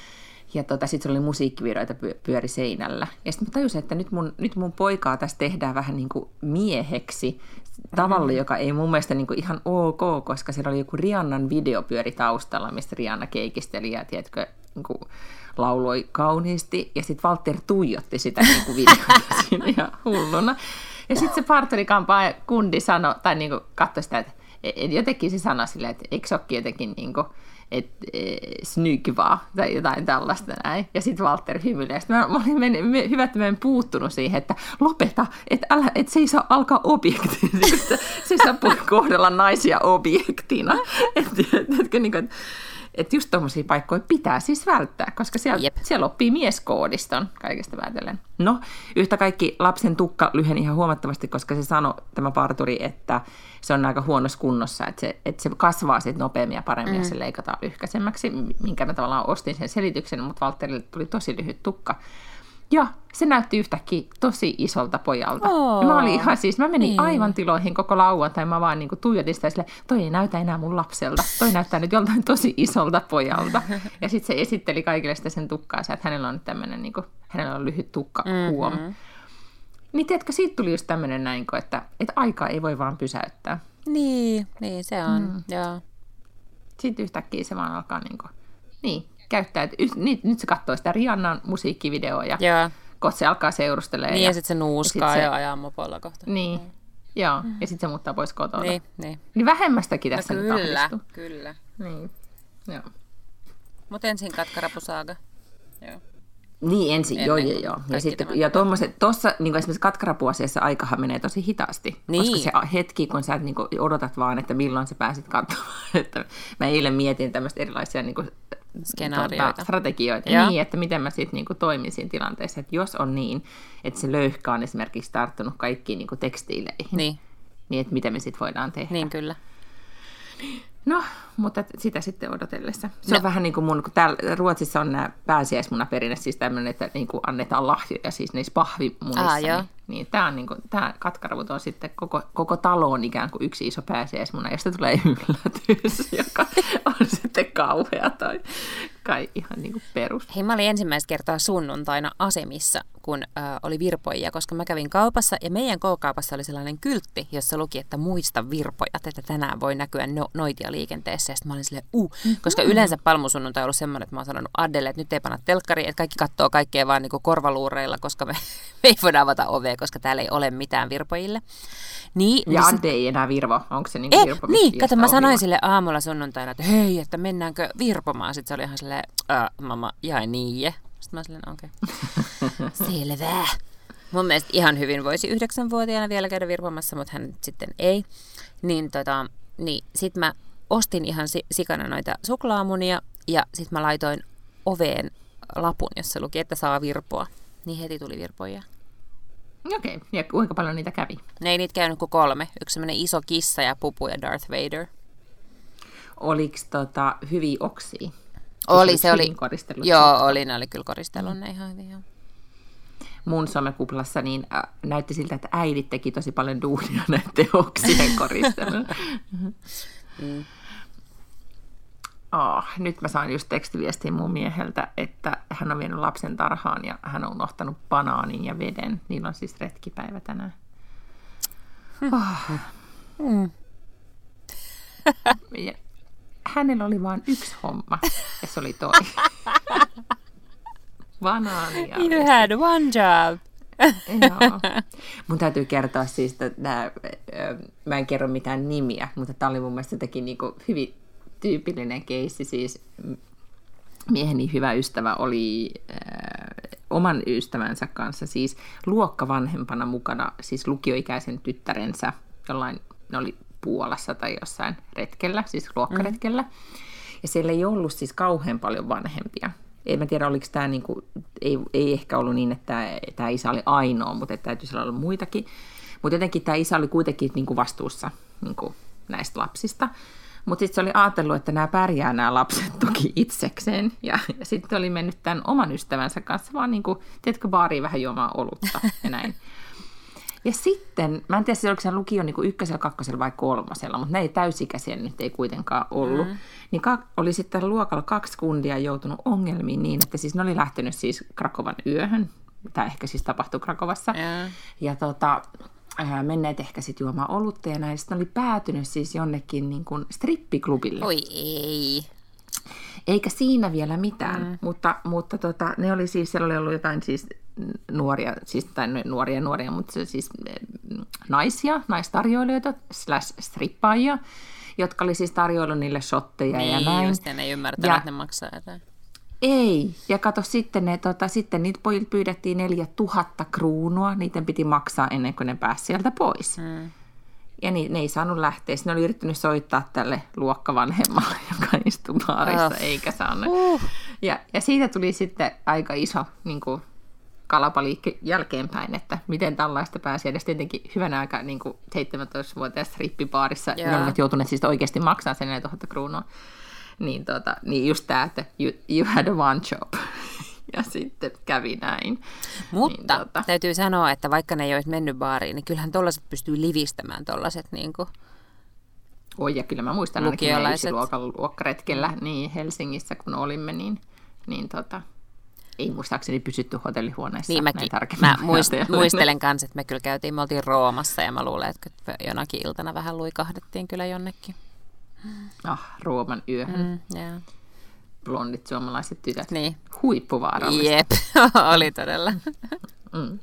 Ja tota, sitten se oli musiikkivideoita pyöri seinällä. Ja sitten mä tajusin, että nyt mun, nyt mun poikaa tässä tehdään vähän niin kuin mieheksi tavalla, joka ei mun mielestä niin kuin ihan ok, koska siellä oli joku Rihannan video pyöri taustalla, mistä Rihanna keikisteli ja tiedätkö, niin kuin lauloi kauniisti. Ja sitten Valtteri tuijotti sitä niin kuin videota siinä ihan hulluna. Ja sitten se parturikampaaja kundi sanoi, tai niin kuin katsoi sitä, että et jotenkin se sanoi silleen, että eikö se olekin jotenkin niin kuin, että e, snygvaa tai jotain tällaista näin. Ja sitten Valtteri hymyilee. Sitten mä, mä olin men, me, hyvä, että mä en puuttunut siihen, että lopeta, että, älä, että se ei saa alkaa objektina. Se ei saa kohdella naisia objektina. Että et, niin et, et just tuommoisia paikkoja pitää siis välttää, koska siellä, siellä oppii mieskoodiston kaikesta päätellen. No, yhtä kaikki lapsen tukka lyheni ihan huomattavasti, koska se sanoi tämä parturi, että se on aika huonossa kunnossa, että se, että se kasvaa sitten nopeammin ja paremmin, mm. ja se leikataan lyhkäisemmäksi, minkä mä tavallaan ostin sen selityksen, mutta Valtterille tuli tosi lyhyt tukka. Ja se näytti yhtäkkiä tosi isolta pojalta. Oh, ja mä olin ihan siis, mä menin niin. aivan tiloihin koko lauantai, mä vaan niinku tuijotin sitä silleen, toi ei näytä enää mun lapselta, toi näyttää nyt joltain tosi isolta pojalta. Ja sitten se esitteli kaikille sitä sen tukkaansa, että hänellä on nyt tämmöinen, niinku, hänellä on lyhyt tukka, huom. Mm-hmm. Niin tiedätkö, siitä tuli just tämmöinen näin, että, että aikaa ei voi vaan pysäyttää. Niin, niin se on, mm. joo. Sitten yhtäkkiä se vaan alkaa niinku, niin. käyttää, että nyt, nyt se katsoo sitä Rihannan musiikkivideoa ja yeah. kohta se alkaa seurustelemaan. Niin ja, ja sitten se nuuskaa ja, ja ajaa mopoilla kohta. Niin, mm. joo, mm. ja sitten se muuttaa pois kotona. Niin, niin. Niin vähemmästäkin tässä no, nyt kyllä, ahdistuu. Kyllä, niin, joo. Mutta ensin katkarapusaaga. Joo. Niin ensin, Ennen, joo, joo, joo. Ja, sitten, ja tuossa niin esimerkiksi katkarapuasiassa aikahan menee tosi hitaasti, niin. koska se hetki, kun sä niin kuin, odotat vaan, että milloin sä pääsit katsomaan. Että mä eilen mietin tämmöistä erilaisia niin kuin, skenaarioita. strategioita, ja. niin, että miten mä sitten niin kuin, toimin siinä tilanteessa. Että jos on niin, että se löyhkä on esimerkiksi tarttunut kaikkiin niin kuin, tekstiileihin, niin. niin että miten me sitten voidaan tehdä. Niin kyllä. No, mutta sitä sitten odotellessa. Se no. on vähän niin kuin mun, kun täällä Ruotsissa on nämä pääsiäismunaperinne, siis tämmöinen, että niin kuin annetaan lahjoja, siis niissä pahvimunissa. Ah, niin, niin tämä on niin kuin, tämä katkaravut on sitten koko, koko taloon ikään kuin yksi iso pääsiäismuna, josta tulee yllätys, joka on sitten kauhea tai kai ihan niin kuin perus. Hei, mä olin ensimmäistä kertaa sunnuntaina Asemissa, kun äh, oli virpojia, koska mä kävin kaupassa ja meidän K-kaupassa oli sellainen kyltti, jossa luki, että muista virpojat, että tänään voi näkyä no- noitia liikenteessä. Ja sitten mä olin silleen, uh, mm-hmm. koska yleensä palmusunnuntai on ollut semmoinen, että mä oon sanonut Addelle, että nyt ei panna telkkariin, että kaikki katsoo kaikkea vaan niinku korvaluureilla, koska me, me ei voida avata ovea, koska täällä ei ole mitään virpojille. Niin, ja niin Adde ei enää virvo, onko se niinku virpo? Niin, kato, mä sanoin sille aamulla sunnuntaina, että hei, että mennäänkö virpomaan. Sitten se oli ihan silleen, mamma, jäi niin. Sitten mä silleen, okei. Okay. Selvä. Mun mielestä ihan hyvin voisi yhdeksänvuotiaana vielä käydä virpomassa, mutta hän sitten ei. Niin, tota, niin sit mä ostin ihan sikana noita suklaamunia ja sit mä laitoin oveen lapun, jossa luki, että saa virpoa. Niin heti tuli virpoja. Okei, okay. Ja kuinka paljon niitä kävi? Ne ei niitä käynyt kuin kolme. Yksi semmoinen iso kissa ja pupu ja Darth Vader. Oliko tota hyviä oksia? Oli, se oli. Joo, oli, ne oli kyllä koristellut ne ihan hyvin. Joo. Mun somekuplassa niin äh, näytti siltä, että äidit teki tosi paljon duunia näiden oksien koristelun. mm. Oh, nyt mä saan just tekstiviestiä mun mieheltä, että hän on vienyt lapsen tarhaan ja hän on unohtanut banaanin ja veden. Niillä on siis retkipäivä tänään. Oh. Mm. Ja hänellä oli vain yksi homma, ja se oli toi. Banaani ja You vesi. had one job. Joo. Mun täytyy kertoa siis, että nää, mä en kerro mitään nimiä, mutta tämä oli mun mielestä jotenkin niinku hyvin tyypillinen keissi. Siis mieheni hyvä ystävä oli äh, oman ystävänsä kanssa siis luokkavanhempana mukana, siis lukioikäisen tyttärensä, jollain ne oli Puolassa tai jossain retkellä, siis luokkaretkellä. Mm. Ja siellä ei ollut siis kauhean paljon vanhempia. En mä tiedä, oliko tämä, niinku, ei, ei ehkä ollut niin, että tämä isä oli ainoa, mutta täytyisi olla muitakin. Mutta jotenkin tämä isä oli kuitenkin niinku vastuussa niinku näistä lapsista. Mutta sitten se oli ajatellut, että nämä pärjää nämä lapset toki itsekseen. Ja, ja sitten oli mennyt tämän oman ystävänsä kanssa vaan niinku, tiedätkö, baariin vähän juomaan olutta ja näin. Ja sitten, mä en tiedä, oliko se lukio niin kuin ykkösellä, kakkosella vai kolmosella, mutta ne ei täysikäisiä nyt ei kuitenkaan ollut. Mm. Niin ka- oli sitten luokalla kaksi kundia joutunut ongelmiin niin, että siis ne oli lähtenyt siis Krakovan yöhön, tai ehkä siis tapahtui Krakovassa, yeah. ja tota, ää, menneet ehkä sitten juomaan olutta ja näin. Sitten oli päätynyt siis jonnekin niin kuin strippiklubille. Oi ei. Eikä siinä vielä mitään, mm. mutta, mutta tota, ne oli siis, siellä oli ollut jotain siis nuoria, siis tai nuoria nuoria, mutta siis naisia, naistarjoilijoita slash strippaajia, jotka oli siis tarjoillut niille shotteja niin, ja näin. Just, ja ne ei ymmärtänyt, ja, että ne maksaa jotain. Ei, ja kato sitten, ne, tota, sitten niitä pojilta pyydettiin neljä tuhatta kruunua, niiden piti maksaa ennen kuin ne pääsi sieltä pois. Mm. Ja ni, ne ei saanut lähteä. Ne oli yrittänyt soittaa tälle luokkavanhemmalle, joka istui baarissa, oh. eikä saanut. Uh. Ja, ja siitä tuli sitten aika iso niin kuin kalapaliikki jälkeenpäin, että miten tällaista pääsi edes tietenkin hyvänä aika niin kuin seitsemäntoistavuotiaassa rippibaarissa, yeah. ne olivat joutuneet siis oikeasti maksaa sen neljä tuhatta kruunua. Niin, tota, niin just tämä, että you, you had a one job. Ja sitten kävi näin. Mutta niin, tota... täytyy sanoa, että vaikka ne ei olisi mennyt baariin, niin kyllähän tollaiset pystyy livistämään tollaiset niin kuin oi, ja kyllä mä muistan ainakin meidän yksiluokan luokkaretkellä niin Helsingissä, kun olimme, niin, niin tota, ei muistaakseni pysytty hotellihuoneessa. Niin mäkin. Mä muist- muistelen kanssa, että me kyllä käytiin, me oltiin Roomassa ja mä luulen, että jonakin iltana vähän luikahdettiin kyllä jonnekin. Ah, Rooman yöhön. Mm, yeah. Blondit suomalaiset tytöt. Niin. Huippuvaarallista. Jep, oli todella. Mm.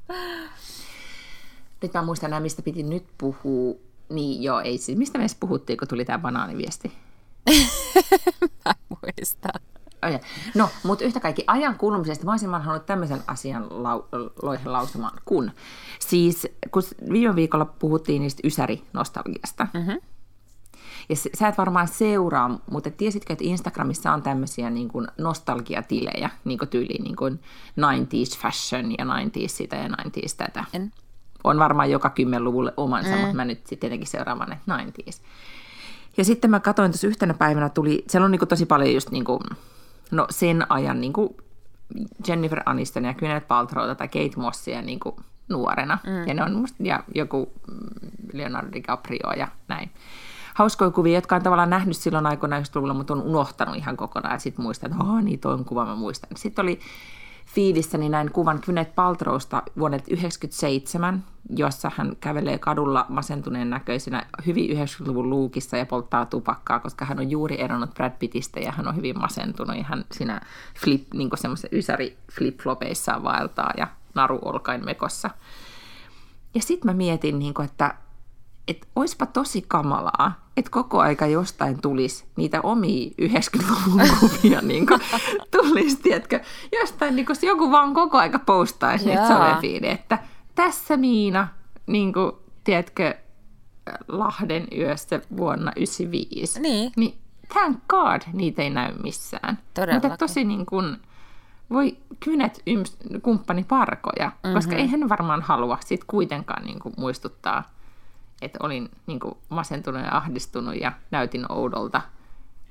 Nyt mä muistan nämä, mistä piti nyt puhua. Niin joo, ei siis. Mistä me edes puhuttiin, kun tuli tämä banaaniviesti? Mä muistan. Oh, no, mutta yhtä kaikki ajan kulumisesta. Mä olisin halunnut tämmöisen asian lau- loihen lausumaan, kun siis kun viime viikolla puhuttiin niistä ysäri-nostalgiasta. Mm-hmm. Ja sä et varmaan seuraa, mutta tiesitkö, että Instagramissa on tämmöisiä niin kuin nostalgiatilejä, niin kuin tyyliin niin kuin nineties fashion ja nineties sitä ja nineties tätä. En. On varmaan joka kymmenluvulle omansa, mm. mutta mä nyt sitten tietenkin seuraavan, että nineties. Ja sitten mä katsoin tuossa yhtenä päivänä, tuli, siellä on niin kuin tosi paljon just niin kuin, no sen ajan niin kuin Jennifer Aniston ja Gwyneth Paltrowta tai Kate Mossia niin kuin nuorena. Mm. Ja ne on musta, ja joku Leonardo DiCaprio ja näin. Hauskoja kuvia, jotka on tavallaan nähnyt silloin aikoina yhdeksänkymmentäluvulla, mutta on unohtanut ihan kokonaan. Ja sitten muistan, että oh, niin toi on kuva, mä muistan. Sitten oli fiidissäni näin kuvan Gwyneth Paltrowsta vuodelta yhdeksänkymmentäseitsemän, jossa hän kävelee kadulla masentuneen näköisenä hyvin yhdeksänkymmentäluvun luukissa ja polttaa tupakkaa, koska hän on juuri eronnut Brad Pittistä ja hän on hyvin masentunut. Ja hän siinä flip, niin semmoisen ysäri flip-flopeissaan vaeltaa ja naru olkain mekossa. Ja sitten mä mietin, niin kuin, että että oispa tosi kamalaa, että koko aika jostain tulisi niitä omia yhdeksänkymmentäluvun kuvia, niin kuin tulisi, tiedätkö, jostain, niin kuin joku vaan koko aika postaisi niitä somefiidejä, että tässä Miina, niin kuin, tiedätkö, Lahden yössä vuonna yhdeksänkymmentäviisi. Niin. Niin thank God, niitä ei näy missään. Todellakin. Mutta tosi niin kuin, voi Gwyneth yms, kumppani parkoja, mm-hmm. koska ei hän varmaan halua sit kuitenkaan niin kuin muistuttaa, että olin niin kuin masentunut ja ahdistunut ja näytin oudolta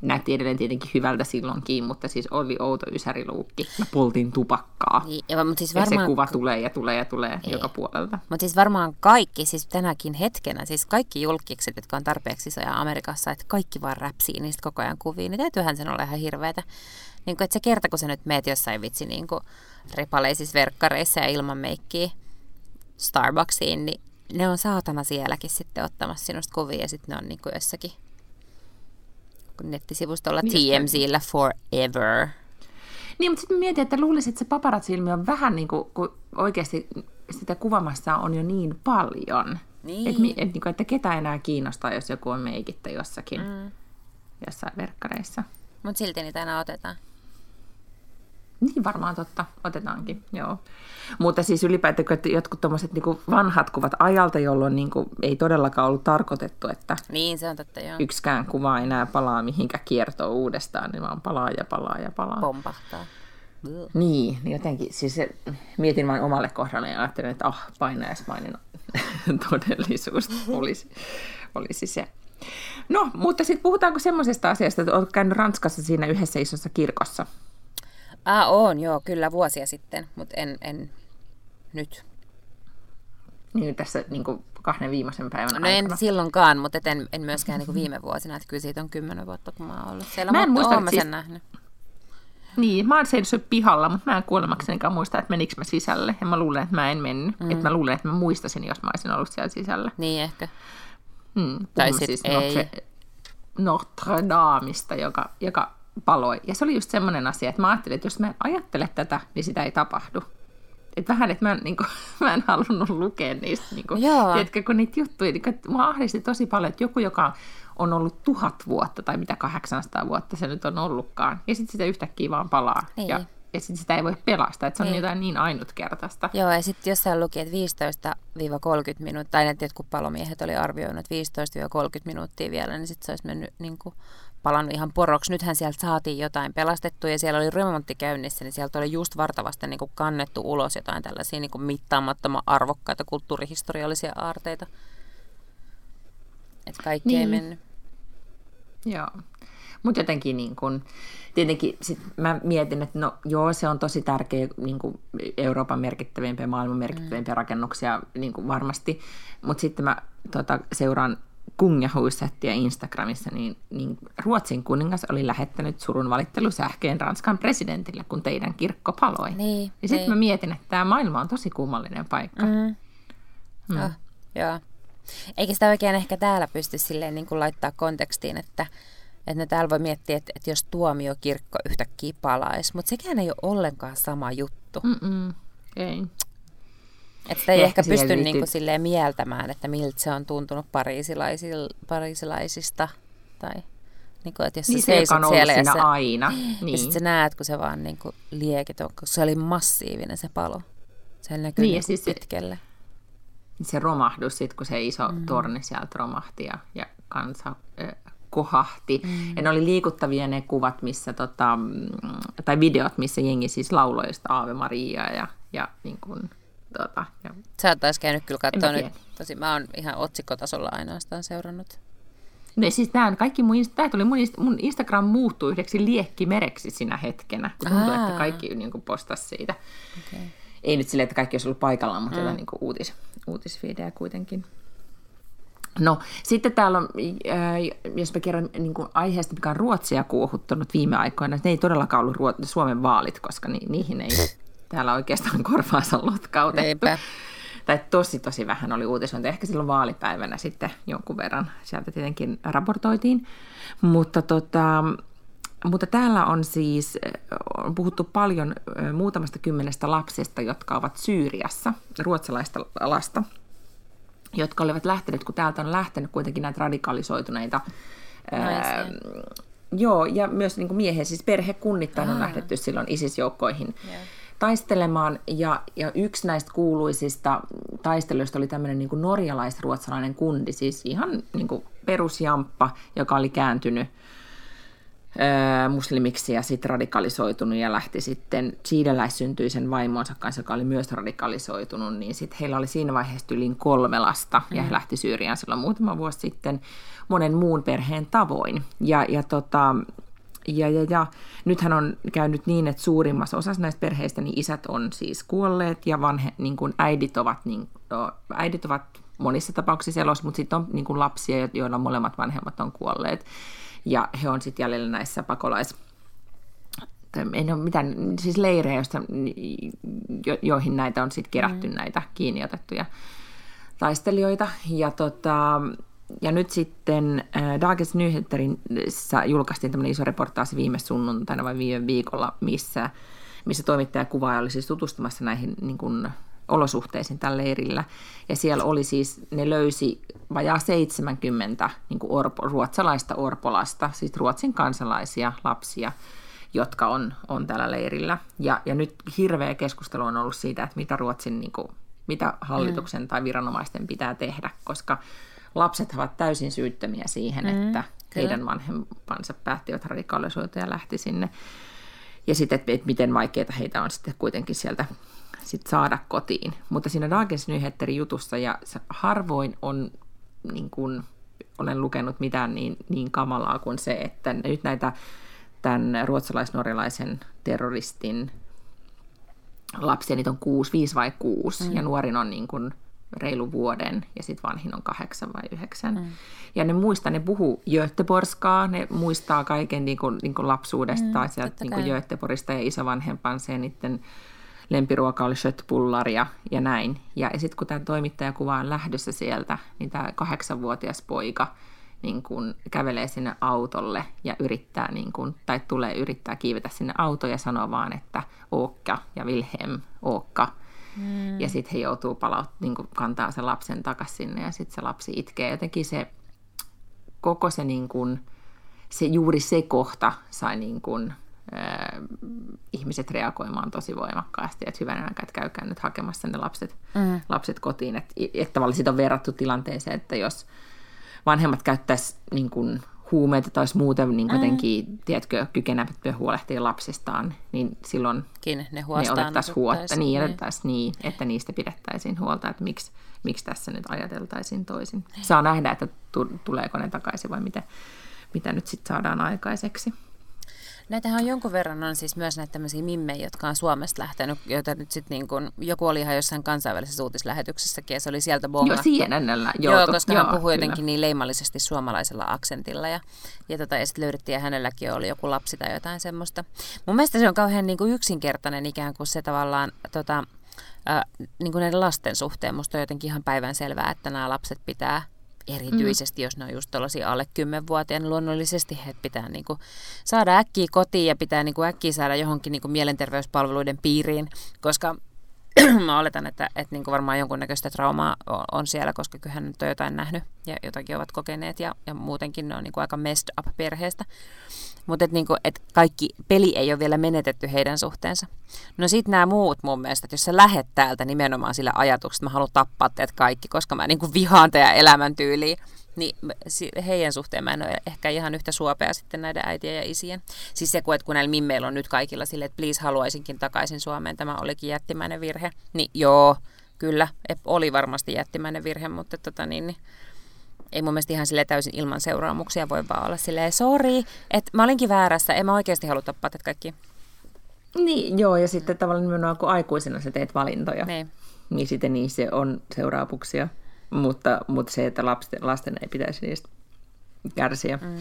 näytti edelleen tietenkin hyvältä silloinkin, mutta siis oli outo ysäriluukki. Mä poltin tupakkaa. Niin, ja, mutta siis varmaan... ja se kuva tulee ja tulee ja tulee Ei. joka puolelta. Mutta siis varmaan kaikki, siis tänäkin hetkenä, siis kaikki julkikset, jotka on tarpeeksi isoja Amerikassa, että kaikki vaan räpsii niistä koko ajan kuviin, niin täytyyhän sen olla ihan hirveätä. Niin kuin, että se kerta, kun sä nyt meet jossain vitsi niin kuin repaleisissa verkkareissa ja ilman meikkiä Starbucksiin, niin ne on saatana sielläkin sitten ottamassa sinusta kuvia ja sitten ne on niin kuin jossakin nettisivustolla T M Z:llä forever. Niin, mutta sitten mietin, että luulisin, että se paparazzi-ilmiö on vähän niin kuin, kun oikeasti sitä kuvamassa on jo niin paljon. Niin. Että et, et, että ketä enää kiinnostaa, jos joku on meikittä jossakin, mm. jossain verkkareissa. Mutta silti niitä aina otetaan. Niin varmaan totta, otetaankin, joo. Mutta siis ylipäätään, että jotkut tommoset niinku vanhat kuvat ajalta, jolloin niinku ei todellakaan ollut tarkoitettu, että niin, se on totta, joo. yksikään kuva enää palaa mihinkä kiertoo uudestaan, niin vaan palaa ja palaa ja palaa. Pompahtaa. Niin, niin jotenkin, siis se, mietin vain omalle kohdalle ja ajattelin, että ah, painajaismainen todellisuus olisi, olisi se. No, mutta sitten puhutaanko semmoisesta asiasta, että olet käynyt Ranskassa siinä yhdessä isossa kirkossa? Ah, on, joo, kyllä vuosia sitten, mutta en, en nyt. Niin tässä niin kuin kahden viimeisen päivän no aikana. En silloinkaan, mutta en, en myöskään niin kuin viime vuosina, että kyllä siitä on kymmenen vuotta, kun mä oon ollut siellä, mä en mutta muista, oon mä sen siis... nähnyt. Niin, mä oon seissyt pihalla, mutta mä en kuolemaksenikaan muista, että menikö mä sisälle. Ja mä luulen, että mä en mennyt. Mm. Että mä luulen, että mä muistasin, jos mä olisin ollut siellä sisällä. Niin ehkä. Hmm, tai sitten siis ei. Notre, Notre Dameista, joka, joka paloi. Ja se oli just semmoinen asia, että mä ajattelin, että jos mä en ajattele tätä, niin sitä ei tapahdu. Että vähän, että mä en, niin kuin, mä en halunnut lukea niistä, niin kuin, tiedätkö, kun niitä juttuja, niin kuin, mä ahdisti tosi paljon, että joku, joka on ollut tuhat vuotta tai mitä kahdeksansataa vuotta se nyt on ollutkaan, ja sitten sitä yhtäkkiä vaan palaa. Niin. Ja, ja sitten sitä ei voi pelastaa, että se on niin. jotain niin ainutkertaista. Joo, ja sitten jossain luki, että viisitoista kolmekymmentä minuuttia, tai ne jotkut palomiehet oli arvioinut, että viisitoista kolmekymmentä minuuttia vielä, niin sitten se olisi mennyt niin kuin palannut ihan poroksi. Nythän sieltä saatiin jotain pelastettua ja siellä oli remontti käynnissä, niin sieltä oli just vartavasti niin kuin kannettu ulos jotain tällaisia niin kuin mittaamattoman arvokkaita kulttuurihistoriallisia aarteita. Että kaikki niin. ei mennyt. Joo, mutta jotenkin niin kun, tietenkin sit mä mietin, että no joo, se on tosi tärkeä niin kun Euroopan merkittävimpiä, maailman merkittävimpiä mm. rakennuksia niin kun varmasti, mutta sitten mä tota, seuraan Kungahusettia Instagramissa, niin, niin Ruotsin kuningas oli lähettänyt surunvalittelusähkeen Ranskan presidentille, kun teidän kirkko paloi. Niin, ja sitten niin. mä mietin, että tämä maailma on tosi kummallinen paikka. Mm. Mm. Oh, joo. Eikä sitä oikein ehkä täällä pysty silleen niin kuin laittaa kontekstiin, että, että ne täällä voi miettiä, että, että jos tuomiokirkko yhtäkkiä palaisi, mutta sekään ei ole ollenkaan sama juttu. Mm-mm. Ei. Että sitä ei ja ehkä pysty niin kuin silleen mieltämään, että miltä se on tuntunut pariisilaisista. Tai niin kuin, että jos niin sä seisot se, siellä ja, sä, aina. Niin. ja sitten sä näet, kun se vaan niin kuin liekit on, koska se oli massiivinen se palo. Se näkyy niin, niin siis pitkälle. Se, se romahdus sitten, kun se iso mm. torni sieltä romahti ja, ja kansa äh, kohahti. Mm. Ja ne oli liikuttavia ne kuvat, missä, tota, tai videot, missä jengi siis lauloi Ave Mariaa ja, ja niin kuin... Tota, sä oot taas käynyt kyllä katsoa nyt. Tosi, mä oon ihan otsikkotasolla ainoastaan seurannut. No siis tää, kaikki mun, tää tuli mun, mun Instagram muuttui yhdeksi liekkimereksi siinä hetkenä, kun tuntui, että kaikki niin kuin postasi siitä. Okay. Ei nyt silleen, että kaikki olisi ollut paikallaan, mutta mm. niin kuin uutis, uutisfiidejä kuitenkin. No, sitten täällä on, äh, jos mä kerron niin kuin aiheesta, mikä on Ruotsia kuohuttanut viime aikoina, ne ei todellakaan ollut Ruot- Suomen vaalit, koska ni- niihin ei täällä oikeastaan korvaansa lotkautettu. Tai tosi, tosi vähän oli uutisointia. Ehkä silloin vaalipäivänä sitten jonkun verran sieltä tietenkin raportoitiin. Mutta, tota, mutta täällä on siis on puhuttu paljon muutamasta kymmenestä lapsesta, jotka ovat Syyriassa, ruotsalaista lasta, jotka olivat lähteneet, kun täältä on lähtenyt kuitenkin näitä radikalisoituneita. Ää, joo, ja myös niin kuin miehen, siis perhekunnittain on lähdetty silloin ISIS-joukkoihin. Yeah. taistelemaan, ja, ja yksi näistä kuuluisista taisteluista oli tämmöinen niin kuin norjalais-ruotsalainen kundi, siis ihan niin kuin perusjamppa, joka oli kääntynyt muslimiksi ja sitten radikalisoitunut ja lähti sitten chileläissyntyisen vaimonsa kanssa, joka oli myös radikalisoitunut, niin sitten heillä oli siinä vaiheessa yli kolme lasta ja he lähti Syyriaan silloin muutama vuosi sitten monen muun perheen tavoin. Ja, ja, tota, ja, ja, ja nythän on käynyt niin, että suurimmassa osassa näistä perheistä niin isät on siis kuolleet ja vanhe, niin kuin äidit ovat, niin, no, äidit ovat monissa tapauksissa elossa, mutta sitten on niin kuin lapsia, joilla molemmat vanhemmat on kuolleet. Ja he on sitten jäljellä näissä pakolais... ei ole mitään, siis leirejä, joista, jo, joihin näitä on sitten kerätty mm. näitä kiinni otettuja taistelijoita. Ja, tota, ja nyt sitten äh, Dagens Nyheterissä julkaistiin tämmöinen iso reportaasi viime sunnuntaina vai viime viikolla, missä, missä toimittaja kuvaaja oli siis tutustumassa näihin niin kuin, olosuhteisiin tällä leirillä. Ja siellä oli siis, ne löysi vajaa seitsemänkymmentä niin kuin orpo, ruotsalaista orpolasta, siis Ruotsin kansalaisia lapsia, jotka on, on tällä leirillä. Ja, ja nyt hirveä keskustelu on ollut siitä, että mitä Ruotsin, niin kuin, mitä hallituksen mm. tai viranomaisten pitää tehdä, koska lapset ovat täysin syyttömiä siihen, mm, että kyllä. heidän vanhempansa päättivät radikalisoitua ja lähti sinne. Ja sitten, että, että miten vaikeaa heitä on sitten kuitenkin sieltä sit saada kotiin. Mutta siinä Dagens Nyheterin jutussa, ja harvoin on, niin kun, olen lukenut mitään niin, niin kamalaa kuin se, että nyt näitä tämän ruotsalais-norjalaisen terroristin lapsia, niitä on kuusi, viisi vai kuusi, mm. ja nuorin on niin kun reilu vuoden, ja sitten vanhin on kahdeksan vai yhdeksän. Mm. Ja ne muistaa, ne puhuu Göteborgskaa, ne muistaa kaiken niin kun, niin kun lapsuudesta, mm, sieltä niin kun Göteborgista ja isovanhempansa, ja niiden lempiruoka oli köttbullar ja, ja näin. Ja, ja sitten kun tämä toimittajakuva on lähdössä sieltä, niin tämä kahdeksanvuotias poika niin kun kävelee sinne autolle ja yrittää, niin kun, tai tulee yrittää kiivetä sinne autoon ja sanoo vaan, että Åka ja Wilhelm, Åka. Mm. Ja sitten he joutuu palaut, niin kun kantaa sen lapsen takaisin sinne ja sitten se lapsi itkee. Jotenkin se koko se, niin kun, se juuri se kohta sai niin kun, ihmiset reagoimaan tosi voimakkaasti, että hyvänä aikaa, että käykää nyt hakemassa ne lapset, mm. lapset kotiin. Että et tavallaan siitä on verrattu tilanteeseen, että jos vanhemmat käyttäisi niin kuin huumeita tai muuten niin jotenkin, mm. tiedätkö, kykenemättä huolehtia lapsistaan, niin silloin ne, ne otettaisiin huolta, niin, otettaisiin niin, että niistä pidettäisiin huolta, että miksi, miksi tässä nyt ajateltaisiin toisin. Saa nähdä, että tuleeko ne takaisin vai mitä, mitä nyt sitten saadaan aikaiseksi. Näitähän on jonkun verran on siis myös näitä tämmöisiä mimmejä, jotka on Suomesta lähtenyt, joita nyt sitten niin kuin, joku oli ihan jossain kansainvälisessä uutislähetyksessäkin ja se oli sieltä bongattu. Joo, C N N:llä joutu. Joo, koska Joo, hän puhui jotenkin kyllä. niin leimallisesti suomalaisella aksentilla ja, ja, tota, ja sitten löydettiin ja hänelläkin oli joku lapsi tai jotain semmoista. Mun mielestä se on kauhean niin kuin yksinkertainen ikään kuin se tavallaan tota, äh, niin kuin näiden lasten suhteen. Musta on jotenkin ihan päivänselvää, että nämä lapset pitää erityisesti, mm. jos ne on just tuollaisia alle kymmenvuotiaana, niin luonnollisesti he pitää niinku saada äkkiä kotiin ja pitää niinku äkkiä saada johonkin niinku mielenterveyspalveluiden piiriin, koska mä oletan, että, että niinku varmaan jonkunnäköistä traumaa on siellä, koska kyllähän nyt on jotain nähnyt ja jotakin ovat kokeneet ja, ja muutenkin ne on niinku aika messed up perheestä. Mutta että niinku, et kaikki peli ei ole vielä menetetty heidän suhteensa. No sit nämä muut mun mielestä, että jos sä lähet täältä nimenomaan sillä ajatuksella, että mä haluan tappaa teet kaikki, koska mä niinku vihaan teidän elämäntyyliä, niin heidän suhteen mä en ole ehkä ihan yhtä suopea sitten näiden äitien ja isien. Siis se, kun, että kun näillä mimmeillä on nyt kaikilla silleen, että please haluaisinkin takaisin Suomeen, tämä olikin jättimäinen virhe. Niin joo, kyllä, oli varmasti jättimäinen virhe, mutta tota niin, niin ei mun mielestä ihan silleen täysin ilman seuraamuksia voi vaan olla silleen, sori, että mä olinkin väärässä, en mä oikeasti halua tappaa teitä kaikki. Niin, joo, ja sitten tavallaan nimenomaan kun aikuisena sä teet valintoja, niin, niin sitten niin se on seuraamuksia. Mutta, mutta se, että lasten, lasten ei pitäisi niistä kärsiä. Mm.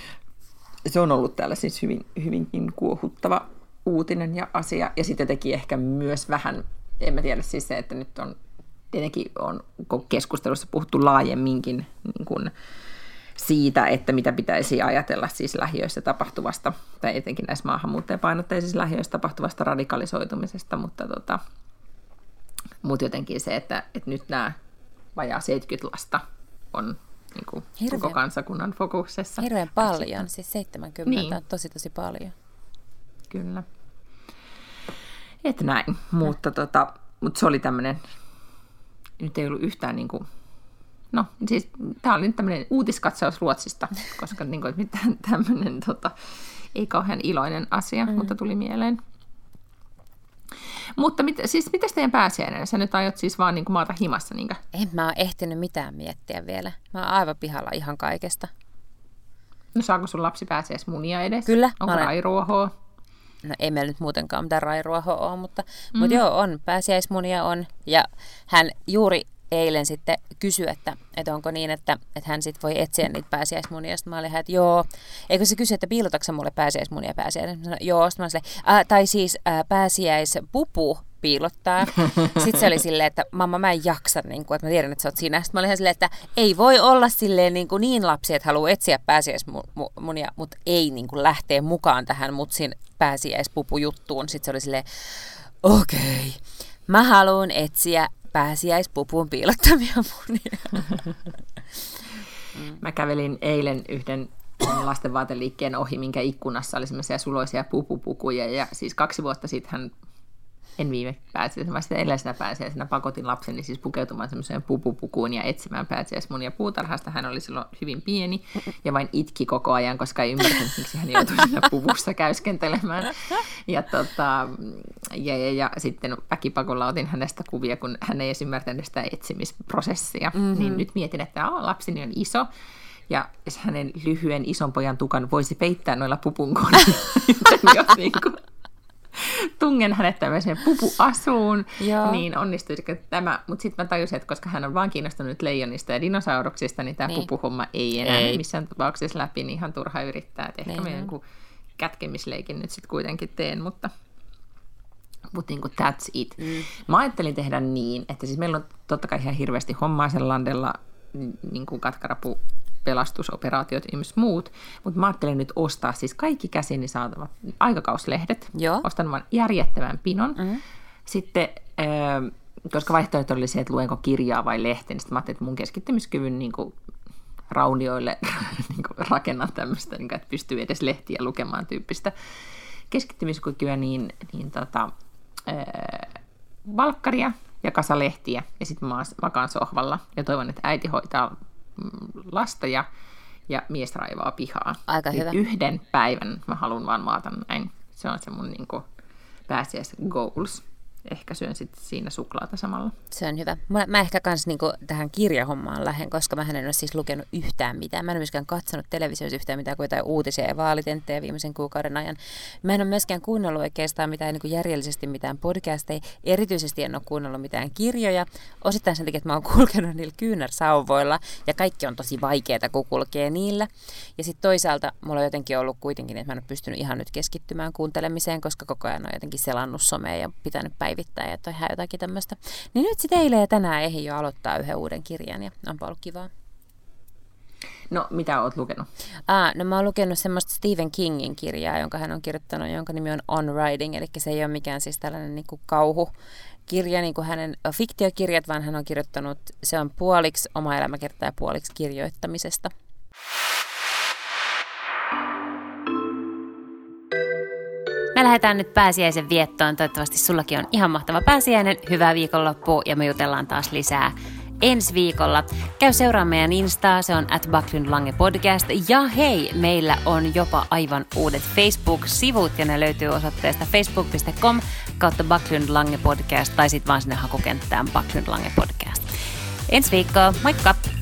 Se on ollut täällä siis hyvin, hyvinkin kuohuttava uutinen ja asia. Ja sitten teki ehkä myös vähän, en mä tiedä siis se, että nyt on tietenkin on keskustelussa puhuttu laajemminkin niin kuin siitä, että mitä pitäisi ajatella siis lähiöissä tapahtuvasta, tai etenkin näissä maahanmuuttajapainotteisissa lähiöissä tapahtuvasta radikalisoitumisesta, mutta, tota, mutta jotenkin se, että, että nyt nämä vajaa seitsemänkymmentä lasta on niin kuin koko kansakunnan fokuksessa. Hirveän paljon, siis seitsemänkymmentä niin. On tosi tosi paljon. Kyllä. Et näin, no. mutta, tota, mutta se oli tämmöinen, nyt ei ollut yhtään niin kuin, no siis tämä oli nyt tämmöinen uutiskatsaus Ruotsista, koska niin kuin, mitään tämmöinen tota, ei kauhean iloinen asia, mm. mutta tuli mieleen. Mutta mit, siis mitäs teidän pääsiäinen? Sä nyt aiot siis vaan niin kuin maata himassa, niinkö? En mä oon ehtinyt mitään miettiä vielä. Mä oon aivan pihalla ihan kaikesta. No saako sun lapsi pääsiäismunia edes? Kyllä. Onko olen... rairuohoa? No ei meillä nyt muutenkaan mitään rairuohoa ole, mutta, mm. mutta joo, on. Pääsiäismunia on. Ja hän juuri eilen sitten kysyi, että, että onko niin, että, että hän sitten voi etsiä niitä pääsiäismunia. Sitten mä olin, että joo. Eikö se kysy, että piilotatko sä mulle pääsiäismunia pääsiäisen? Mä sanoin, joo. Sitten mä olin silleen, äh, tai siis äh, pääsiäispupu piilottaa. Sitten se oli silleen, että mamma, mä en jaksa, niin kuin, että mä tiedän, että sä oot siinä. Sitten mä olin ihan silleen, että ei voi olla silleen niin, kuin niin lapsi, että haluaa etsiä pääsiäismunia, mutta ei niin kuin lähteä mukaan tähän mutsin pääsiäispupujuttuun. Sitten se oli silleen, okei, okay, mä haluan etsiä pääsiäispupun piilottamia munia. Mä kävelin eilen yhden lastenvaateliikkeen ohi, minkä ikkunassa oli semmoisia suloisia pupupukuja. Ja siis kaksi vuotta sitten en viime pääsiäisenä, vaan sitten edellisenä pääsiäisenä pakotin lapseni siis pukeutumaan semmoiseen pupupukuun ja etsimään pääsiäismunia puutarhasta. Hän oli silloin hyvin pieni ja vain itki koko ajan, koska ei ymmärtänyt, miksi hän joutui siinä puvussa käyskentelemään. Ja, tota, ja, ja, ja sitten väkipakolla otin hänestä kuvia, kun hän ei edes ymmärtänyt sitä etsimisprosessia. Mm-hmm. Niin nyt mietin, että oh, lapseni on iso. Ja jos hänen lyhyen ison pojan tukan voisi peittää noilla pupunkoilla, jos niin kuin tungen hänet tämmöiseen pupuasuun, Joo. niin onnistuisiko tämä. Mutta sitten mä tajusin, että koska hän on vaan kiinnostunut leijonista ja dinosauruksista, niin tämä niin. pupuhomma ei enää ei. missään tapauksessa läpi, niin ihan turha yrittää. Et ehkä niin. mä jonkun kätkemisleikin nyt sitten kuitenkin teen, mutta, mutta niin kuin that's it. Mm. Mä ajattelin tehdä niin, että siis meillä on totta kai ihan hirveästi hommaa sen landella, niin kuin katkarapu, pelastusoperaatiot ja myös muut, mutta mä ajattelin nyt ostaa siis kaikki käsiini saatavat aikakauslehdet. Joo. Ostan vaan järjettävän pinon. Mm-hmm. Sitten, äh, koska vaihtoehto oli se, että luenko kirjaa vai lehteen, niin sitten mä ajattelin, että mun keskittymiskyvyn niin kuin, raunioille niin kuin, rakennan tämmöistä, niin kuin, että pystyy edes lehtiä lukemaan tyyppistä keskittymiskykyä, niin, niin tota, äh, valkkaria ja kasalehtiä, ja sitten mä makaan sohvalla ja toivon, että äiti hoitaa lasta ja, ja mies raivaa pihaa. Aika hyvä. Yhden päivän mä haluan vaan maata näin. Se on se mun niin kuin pääsiäis goals. Ehkä syön sitten siinä suklaata samalla. Se on hyvä. Mä, mä ehkä kans niinku tähän kirjahommaan lähden, koska mä en ole siis lukenut yhtään mitään. Mä en ole myöskään katsonut televisiossa yhtään mitään kuin jotain uutisia ja vaalitenttejä viimeisen kuukauden ajan. Mä en ole myöskään kuunnellut oikeastaan mitään niinku järjellisesti mitään podcasteja. Erityisesti en ole kuunnellut mitään kirjoja. Osittain sen takia, että mä oon kulkenut niillä kyynärsauvoilla ja kaikki on tosi vaikeaa, kun kulkee niillä. Ja sitten toisaalta mulla on jotenkin ollut kuitenkin, että mä en ole pystynyt ihan nyt keskittymään kuuntelemiseen, koska koko ajan on jotenkin selannut somea ja pitänyt päivittää ja tehdään jotakin tämmöistä. Niin nyt sitten eilen ja tänään ehdin jo aloittaa yhden uuden kirjan ja onpa ollut kivaa. No, mitä oot lukenut? Ah, no mä oon lukenut semmoista Stephen Kingin kirjaa, jonka hän on kirjoittanut, jonka nimi on On Riding, eli se ei ole mikään siis tällainen niin kuin kauhukirja, niin kuin hänen fiktiokirjat, vaan hän on kirjoittanut, se on puoliksi oma elämäkerta ja puoliksi kirjoittamisesta. Me lähdetään nyt pääsiäisen viettoon. Toivottavasti sullakin on ihan mahtava pääsiäinen, hyvää viikonloppua ja me jutellaan taas lisää ensi viikolla. Käy seuraa meidän Instaa, se on at Backlund Lange Podcast. Ja hei, meillä on jopa aivan uudet Facebook-sivut ja ne löytyy osoitteesta facebook piste com kautta Backlund Lange Podcast tai sitten vaan sinne hakukenttään Backlund Lange Podcast. Ensi viikkoa, moikka!